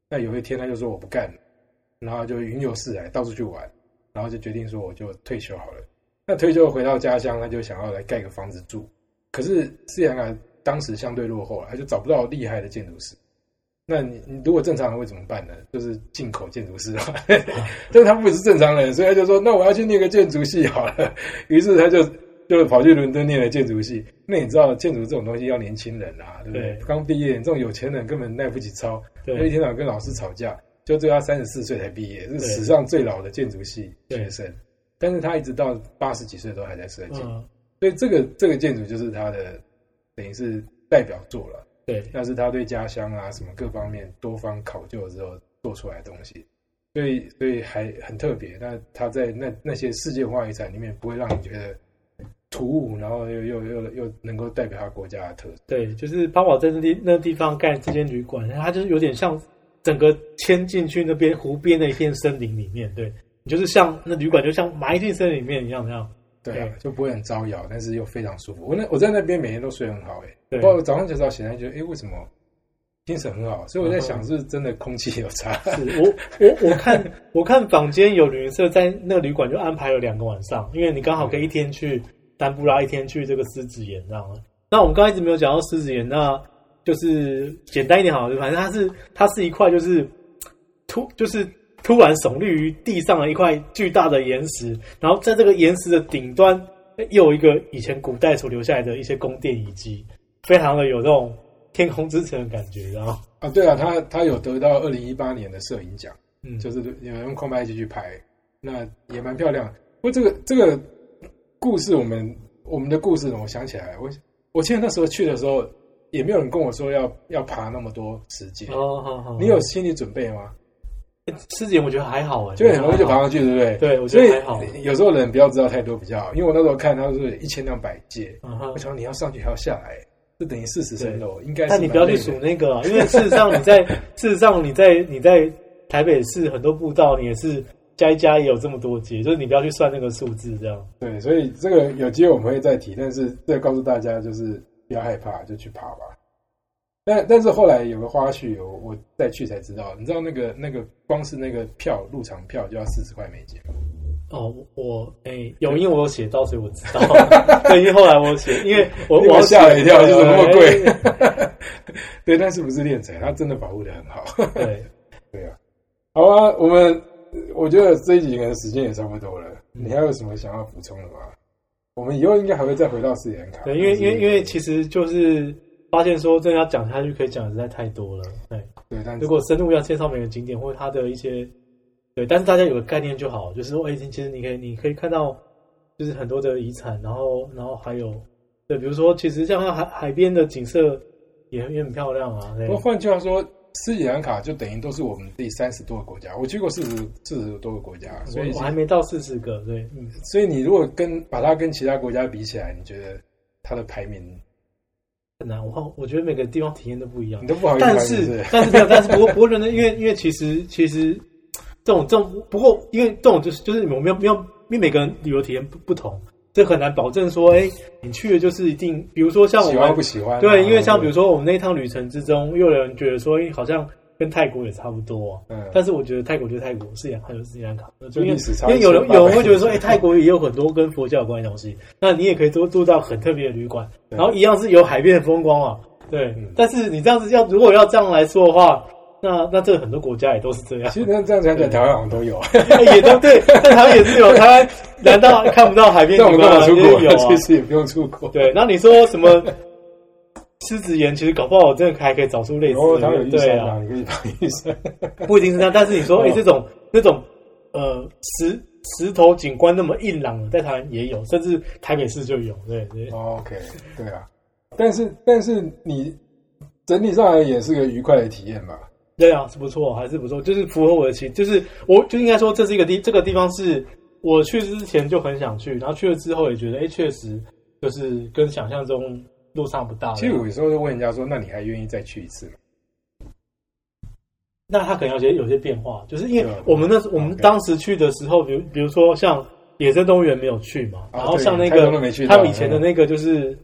那有一天他就说我不干了，然后就云游四海，到处去玩，然后就决定说我就退休好了。那退休回到家乡，他就想要来盖个房子住，可是斯里兰卡当时相对落后了，他就找不到厉害的建筑师。那你如果正常人会怎么办呢？就是进口建筑师嘛。但是他不是正常人，所以他就说那我要去念个建筑系好了。于是他就跑去伦敦念了建筑系。那你知道建筑这种东西要年轻人啊，对不对？刚毕业，这种有钱人根本耐不起操，一天到晚跟老师吵架。就最后他34岁才毕业，是史上最老的建筑系学生。但是他一直到80几岁都还在设计，所以这个建筑就是他的等于是代表作了。 对， 那是他对家乡啊什么各方面多方考究之后做出来的东西，所以还很特别。那他在那些世界文化遗产里面不会让你觉得突兀，然后又能够代表他国家的特色。 对，就是八宝在那地方盖这间旅馆，它就是有点像整个迁进去那边湖边的一片森林里面。对，你就是像那旅馆就像埋进森林里面一样那样。 对啊，就不会很招摇，但是又非常舒服。我在那边每天都睡很好对， 我早上起来醒来觉得为什么精神很好？所以我在想是真的空气有差。 是我看坊间有旅行社在那个旅馆就安排了2个晚上，因为你刚好可以一天去丹布拉，一天去这个狮子岩这样。那我们刚才一直没有讲到狮子岩，那就是简单一点好了，反正它是一块就是突然耸立于地上的一块巨大的岩石，然后在这个岩石的顶端又有一个以前古代所留下来的一些宫殿遗迹，非常的有这种天空之城的感觉，然后对啊，他有得到2018年的摄影奖，就是有人用空拍机去拍，那也蛮漂亮。不过这个故事，我们的故事，我想起来，我记得那时候去的时候，也没有人跟我说要爬那么多时间。你有心理准备吗？ 狮子岩我觉得还好就很容易就爬上去，对不对？ 对，我觉得还好。 有时候人不要知道太多比较好，因为我那时候看他是1200阶，我想你要上去还要下来，这等于40层楼，应该是。 但你不要去数那个，因为事实上你在台北市很多步道，你也是加一加也有这么多阶，就是你不要去算那个数字这样。 对，所以这个有机会我们会再提，但是再告诉大家就是不要害怕，就去爬吧。但是后来有个花絮，我再去才知道，你知道那个光是那个入场票就要40块美金。 有，因为我有写到，所以我知道。对，因为后来我写，因为我吓了一跳，就怎么那么贵？对，但是不是敛财，它真的保护得很好。对啊，好啊，我觉得这一集可能时间也差不多了，你还有什么想要补充的吗？我们以后应该还会再回到斯里兰卡。 对，因为其实就是发现说真的要讲下去，可以讲的实在太多了。对，但如果深入要介绍每个景点或者它的一些，对，但是大家有个概念就好，就是说，其实你可以看到，就是很多的遗产，然后还有，对，比如说，其实像海边的景色也很漂亮啊。 不过换句话说，斯里兰卡就等于都是我们第30多个国家，我去过40多个国家，所以我还没到40个，对， 所以你如果把它跟其他国家比起来，你觉得它的排名？ 很难，我觉得每个地方体验都不一样。 你都不好意思， 但是不过人呢，因为其实这种不过因为这种就是你们没有，因为每个人旅游体验不同，这很难保证说，你去的就是一定，比如说像我们喜欢不喜欢？ 对，因为像比如说我们那一趟旅程之中，又有人觉得说，好像跟泰国也差不多，但是我觉得泰国就是泰国，斯里兰卡就是斯里兰卡，因为有人会觉得说，泰国也有很多跟佛教有关的东西，那你也可以住到很特别的旅馆，然后一样是有海边的风光啊，对。但是你这样子如果要这样来说的话，那这很多国家也都是这样。 其实这样讲，台湾好像都有， 也都对，在台湾也是有。台湾难道看不到海边？ 那我们干嘛出国？ 有啊， 其实也不用出国。 对，那你说什么？狮子岩其实搞不好我真的还可以找出类似的，对啊， 你可以爬玉山， 不一定是这样。但是你说，那种石头景观那么硬朗的，在台湾也有，甚至台北市就有，对。 OK， 对啊，但是你整体上来也是个愉快的体验吧？ 对啊，是不错，还是不错，就是符合我的期，就是我就应该说这是这个地方是我去之前就很想去，然后去了之后也觉得，确实就是跟想象中落差不大。 其实我有时候就问人家说，那你还愿意再去一次吗？ 那他可能有些变化，就是因为我们当时去的时候，比如说像野生动物园没有去嘛，然后像那个他们以前的那个就是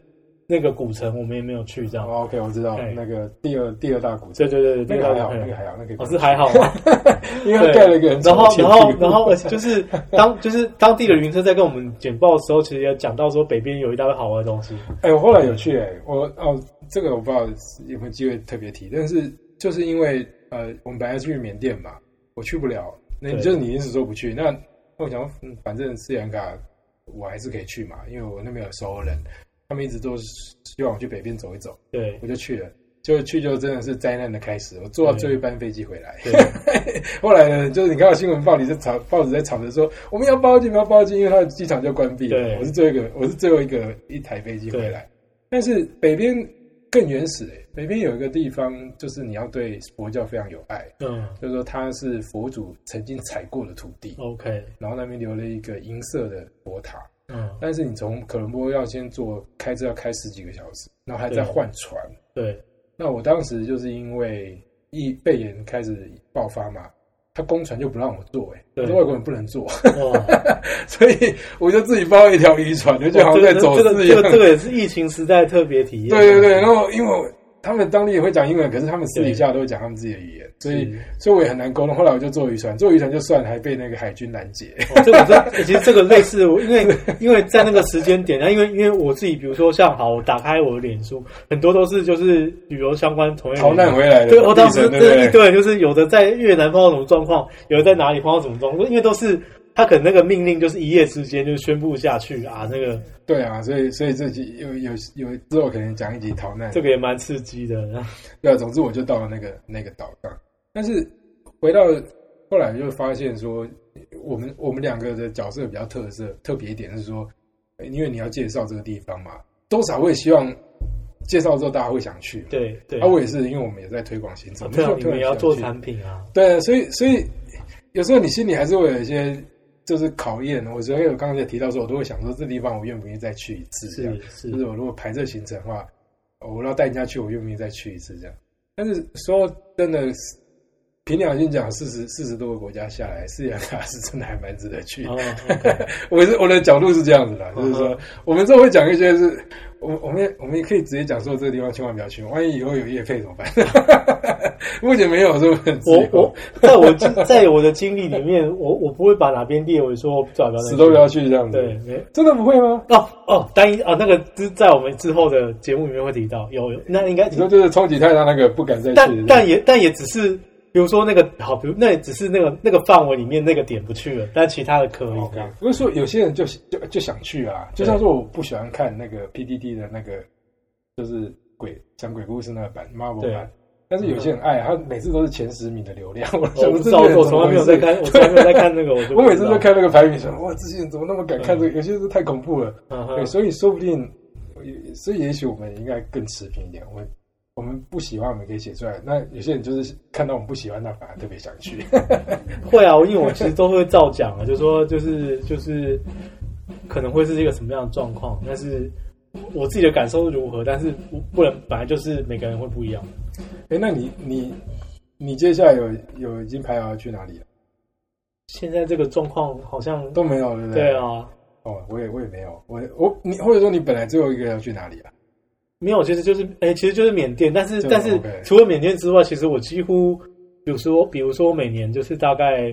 那个古城我们也没有去这样。 OK， 我知道那个第二大古城。 对， 那个还好，那个还好，那个是还好吗？ 因为他盖了一个很然后就是当地的旅行社在跟我们简报的时候，其实也讲到说北边有一大堆好玩的东西。 我后来有去这个我不知道有没有机会特别提，但是就是因为我们本来去缅甸嘛，我去不了，那就是你一直说不去，那我想反正斯里兰卡我还是可以去嘛，因为我那边有熟人，他们一直都希望我去北边走一走， 对， 我就去了。就真的是灾难的开始，我坐到最后一班飞机回来。后来呢，就是你看到新闻报纸在吵着说我们要包进，因为它的机场就关闭了。我是最后一台飞机回来。但是北边更原始北边有一个地方，就是你要对佛教非常有爱，就是说它是佛祖曾经踩过的土地。 OK， 然后那边留了一个银色的佛塔。但是你从科伦坡要先开车要开10几个小时，然后还在换船。 对。 那我当时就是因为肺炎开始爆发嘛，他公船就不让我坐，我说外国人不能坐，所以我就自己包一条渔船，就好像在走私一样。 这个也是疫情时代特别体验。 对，然后因为他们当地也会讲英文，可是他们私底下都会讲他们自己的语言，所以我也很难沟通。后来我就坐渔船就算，还被那个海军拦截。 其实这个类似，因为在那个时间点，因为我自己，比如说像我打开我的脸书，很多都是就是旅游相关从业逃难回来的。 对，我当时对，就是有的在越南碰到什么状况，有的在哪里碰到什么状况，因为都是。他可能那个命令就是一夜之间就宣布下去啊，那个对啊，所以这集有之后可能讲一集逃难， 这个也蛮刺激的。 对啊，总之我就到了那个岛上，但是回到后来就发现说，我们两个的角色比较特别一点是说，因为你要介绍这个地方嘛，多少我也希望介绍之后大家会想去。 对， 我也是，因为我们也在推广行程， 对啊，你们也要做产品啊。 对，所以有时候你心里还是会有一些。就是考验，我觉得我刚刚也提到说，我都会想说这地方我愿不愿意再去一次，这样是就是我如果排这行程的话，我要带人家去，我愿不愿意再去一次这样。但是说真的，凭良心讲，40多个国家下来，斯里兰卡是真的还蛮值得去。我的角度是这样子啦，就是说我们之后会讲一些是，我们也可以直接讲说这个地方千万不要去，万一以后有业配怎么办？目前没有，是不是？在我的经历里面，我不会把哪边列为说最好不要死都不要去这样子。对，真的不会吗？ 那个在我们之后的节目里面会提到，有那应该你说就是冲击太大那个不敢再去， 但也只是。比如说那个好，比如那只是那个范围里面那个点不去了，但其他的可以。 不是说有些人就想去啊，就像说我不喜欢看那个 PTT 的那个就是讲鬼故事那个版 Marvel 版，但是有些人爱，他每次都是前10名的流量。我不知道，我从来没有在看，那个。 我每次都看那个排名，说哇，这些人怎么那么敢看这个？有些是太恐怖了。对，所以说不定，所以也许我们应该更持平一点。我们不喜欢，我们可以写出来。那有些人就是看到我们不喜欢，那反而特别想去。 会啊，因为我其实都会照讲啊，就说就是可能会是一个什么样的状况，但是我自己的感受是如何，但是不能本来就是每个人会不一样。 那你接下来有已经排好要去哪里了？ 现在这个状况好像都没有，对不对？ 对啊。 我也没有。你或者说你本来最后一个要去哪里啊？ 没有，其实就是缅甸，但是除了缅甸之外，其实我几乎，比如说每年就是大概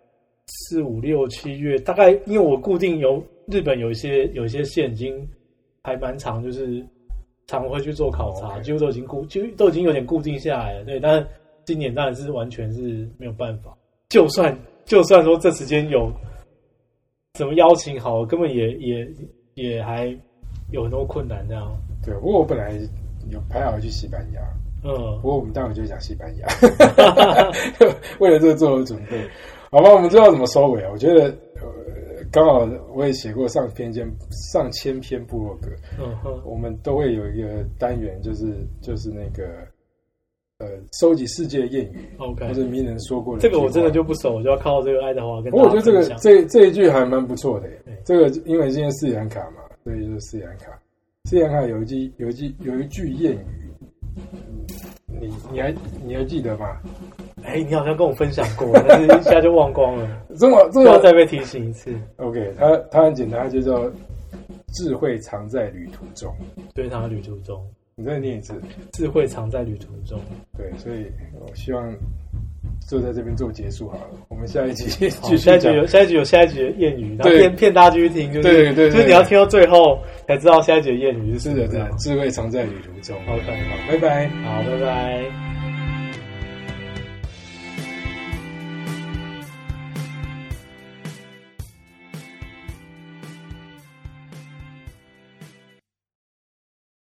4、5、6、7月，大概因为我固定日本有一些线已经还蛮长，就是常会去做考察，几乎都已经有点固定下来了。对，但是今年当然是完全是没有办法，就算说这时间有怎么邀请好，根本也还有很多困难这样。 对，不过我本来有排好去西班牙，不过我们待会就讲西班牙，为了这个做了准备。好吧，我们知道怎么收尾啊？我觉得刚好我也写过上千篇部落格，我们都会有一个单元，就是那个收集世界谚语，或者名人说过的。 这个我真的就不熟，我就要靠这个爱德华跟大家分享。 我觉得这一句还蛮不错的耶。这个因为今天斯里兰卡嘛，所以就是斯里兰卡。斯里兰卡有一句谚语，你还记得吗？ 你好像跟我分享过，但是一下就忘光了。 这要再被提醒一次。 OK， 它很简单，它就叫智慧藏在旅途中。 对，藏在旅途中。 你再念一次。 智慧藏在旅途中。 对，所以我希望就在这边做结束好了。我们下一集继续下一集有下一集的谚语，然后骗大家继续听，就是对，就是你要听到最后才知道下一集的谚语是的，智慧藏在旅途中。 OK， 好，拜拜。 好，拜拜。